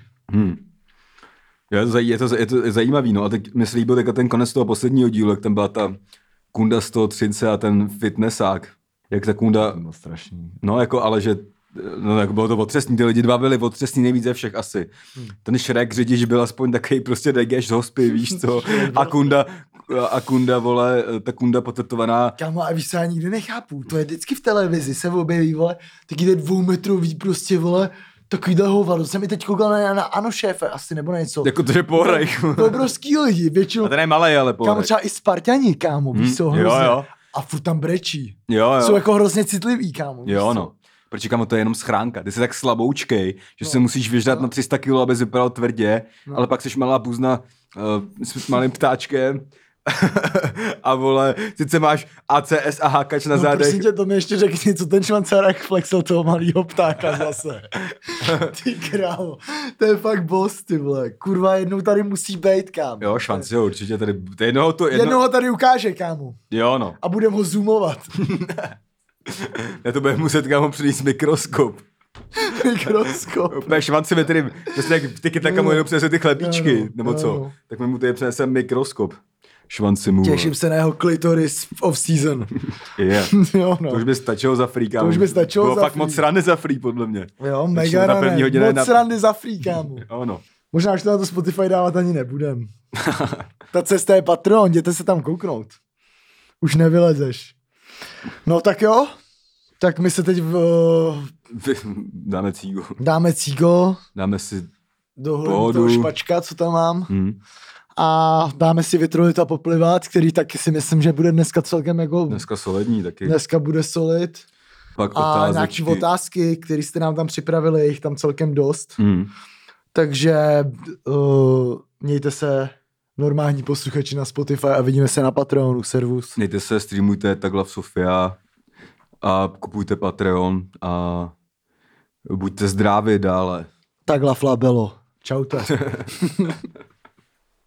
Je to zajímavý, no a teď mi se líbil teďka ten konec toho posledního dílu, jak tam byla ta Kunda 130 a ten fitnessák. Jak ta Kunda, No strašný. no jako ale že, no jako bylo to otřesný, ty lidi dva byli otřesný nejvíc ze všech asi. Ten Shrek řidič byl aspoň takový prostě degeš z hospy, víš co, a Kunda, vole, ta Kunda potetovaná. Kámo, a víš co, já nikdy nechápu, to je vždycky v televizi, se objeví, vole, taky jde 2metrový prostě, vole, takovýhle hovado, jsem i teď koukal na Ano šéfe, asi, nebo něco. Jako to, že pohraj. To obrovský lidi, většinou, A ten je malej, ale kámo, pohraj. třeba i Spartani, kámo, víš co, jo, hrozně. jo. A furt tam brečí. Jo. Jsou jako hrozně citlivý, kámo. víš Jo, co? no. Protože kámo, to je jenom schránka. Ty jsi tak slaboučkej, že se musíš vyžrat na 300 kg, aby vypadal tvrdě, ale pak jsi malá buzna s malým ptáčkem a vole, sice máš ACS a hákač na No, zádech. prosím tě, to mi ještě řekni, co ten švancarák flexil toho malýho ptáka zase. Ty krávo, to je fakt boss, ty vole. Kurva, jednou tady musí být, kámo. Jo, švanci, jo, určitě tady. To jednoho. Jednoho tady ukáže, kámo. Jo, no. A budem ho zoomovat. Já to budeme muset, kámo, přinést mikroskop. Mikroskop. Úplně švanci ve kterým, přesně jak ty kyta, kámo, jenom přinese ty chlebíčky, Jo, nebo jo. co. Tak my mu tady přineseme mikroskop. Švanci mu. Těším se na jeho klitoris off-season. Yeah. Jo, no. To už by stačilo za free, kámo. To už by stačilo Bylo za fakt free. moc rany za free, podle mě. Jo, Začnu mega na první rané. hodině Moc randy za free, kámo. Jo, no. Možná, že to na to Spotify dávat ani nebudem. Ta cesta je Patreon, jděte se tam kouknout. Už nevylezeš. No tak jo, tak my se teď Dáme cígu. dáme cígo Dáme si do pohodu. toho špačka, co tam mám. A dáme si vytrolit a poplivat, který taky si myslím, že bude dneska celkem jako... dneska solidní taky. Dneska bude solid. Pak A nějaký otázečky. otázky, které jste nám tam připravili, je jich tam celkem dost. Takže mějte se normální posluchači na Spotify a vidíme se na Patreonu, servus. Mějte se, streamujte takhle v Sofia a kupujte Patreon a buďte zdraví dále. Takhle flabelo. Čaute.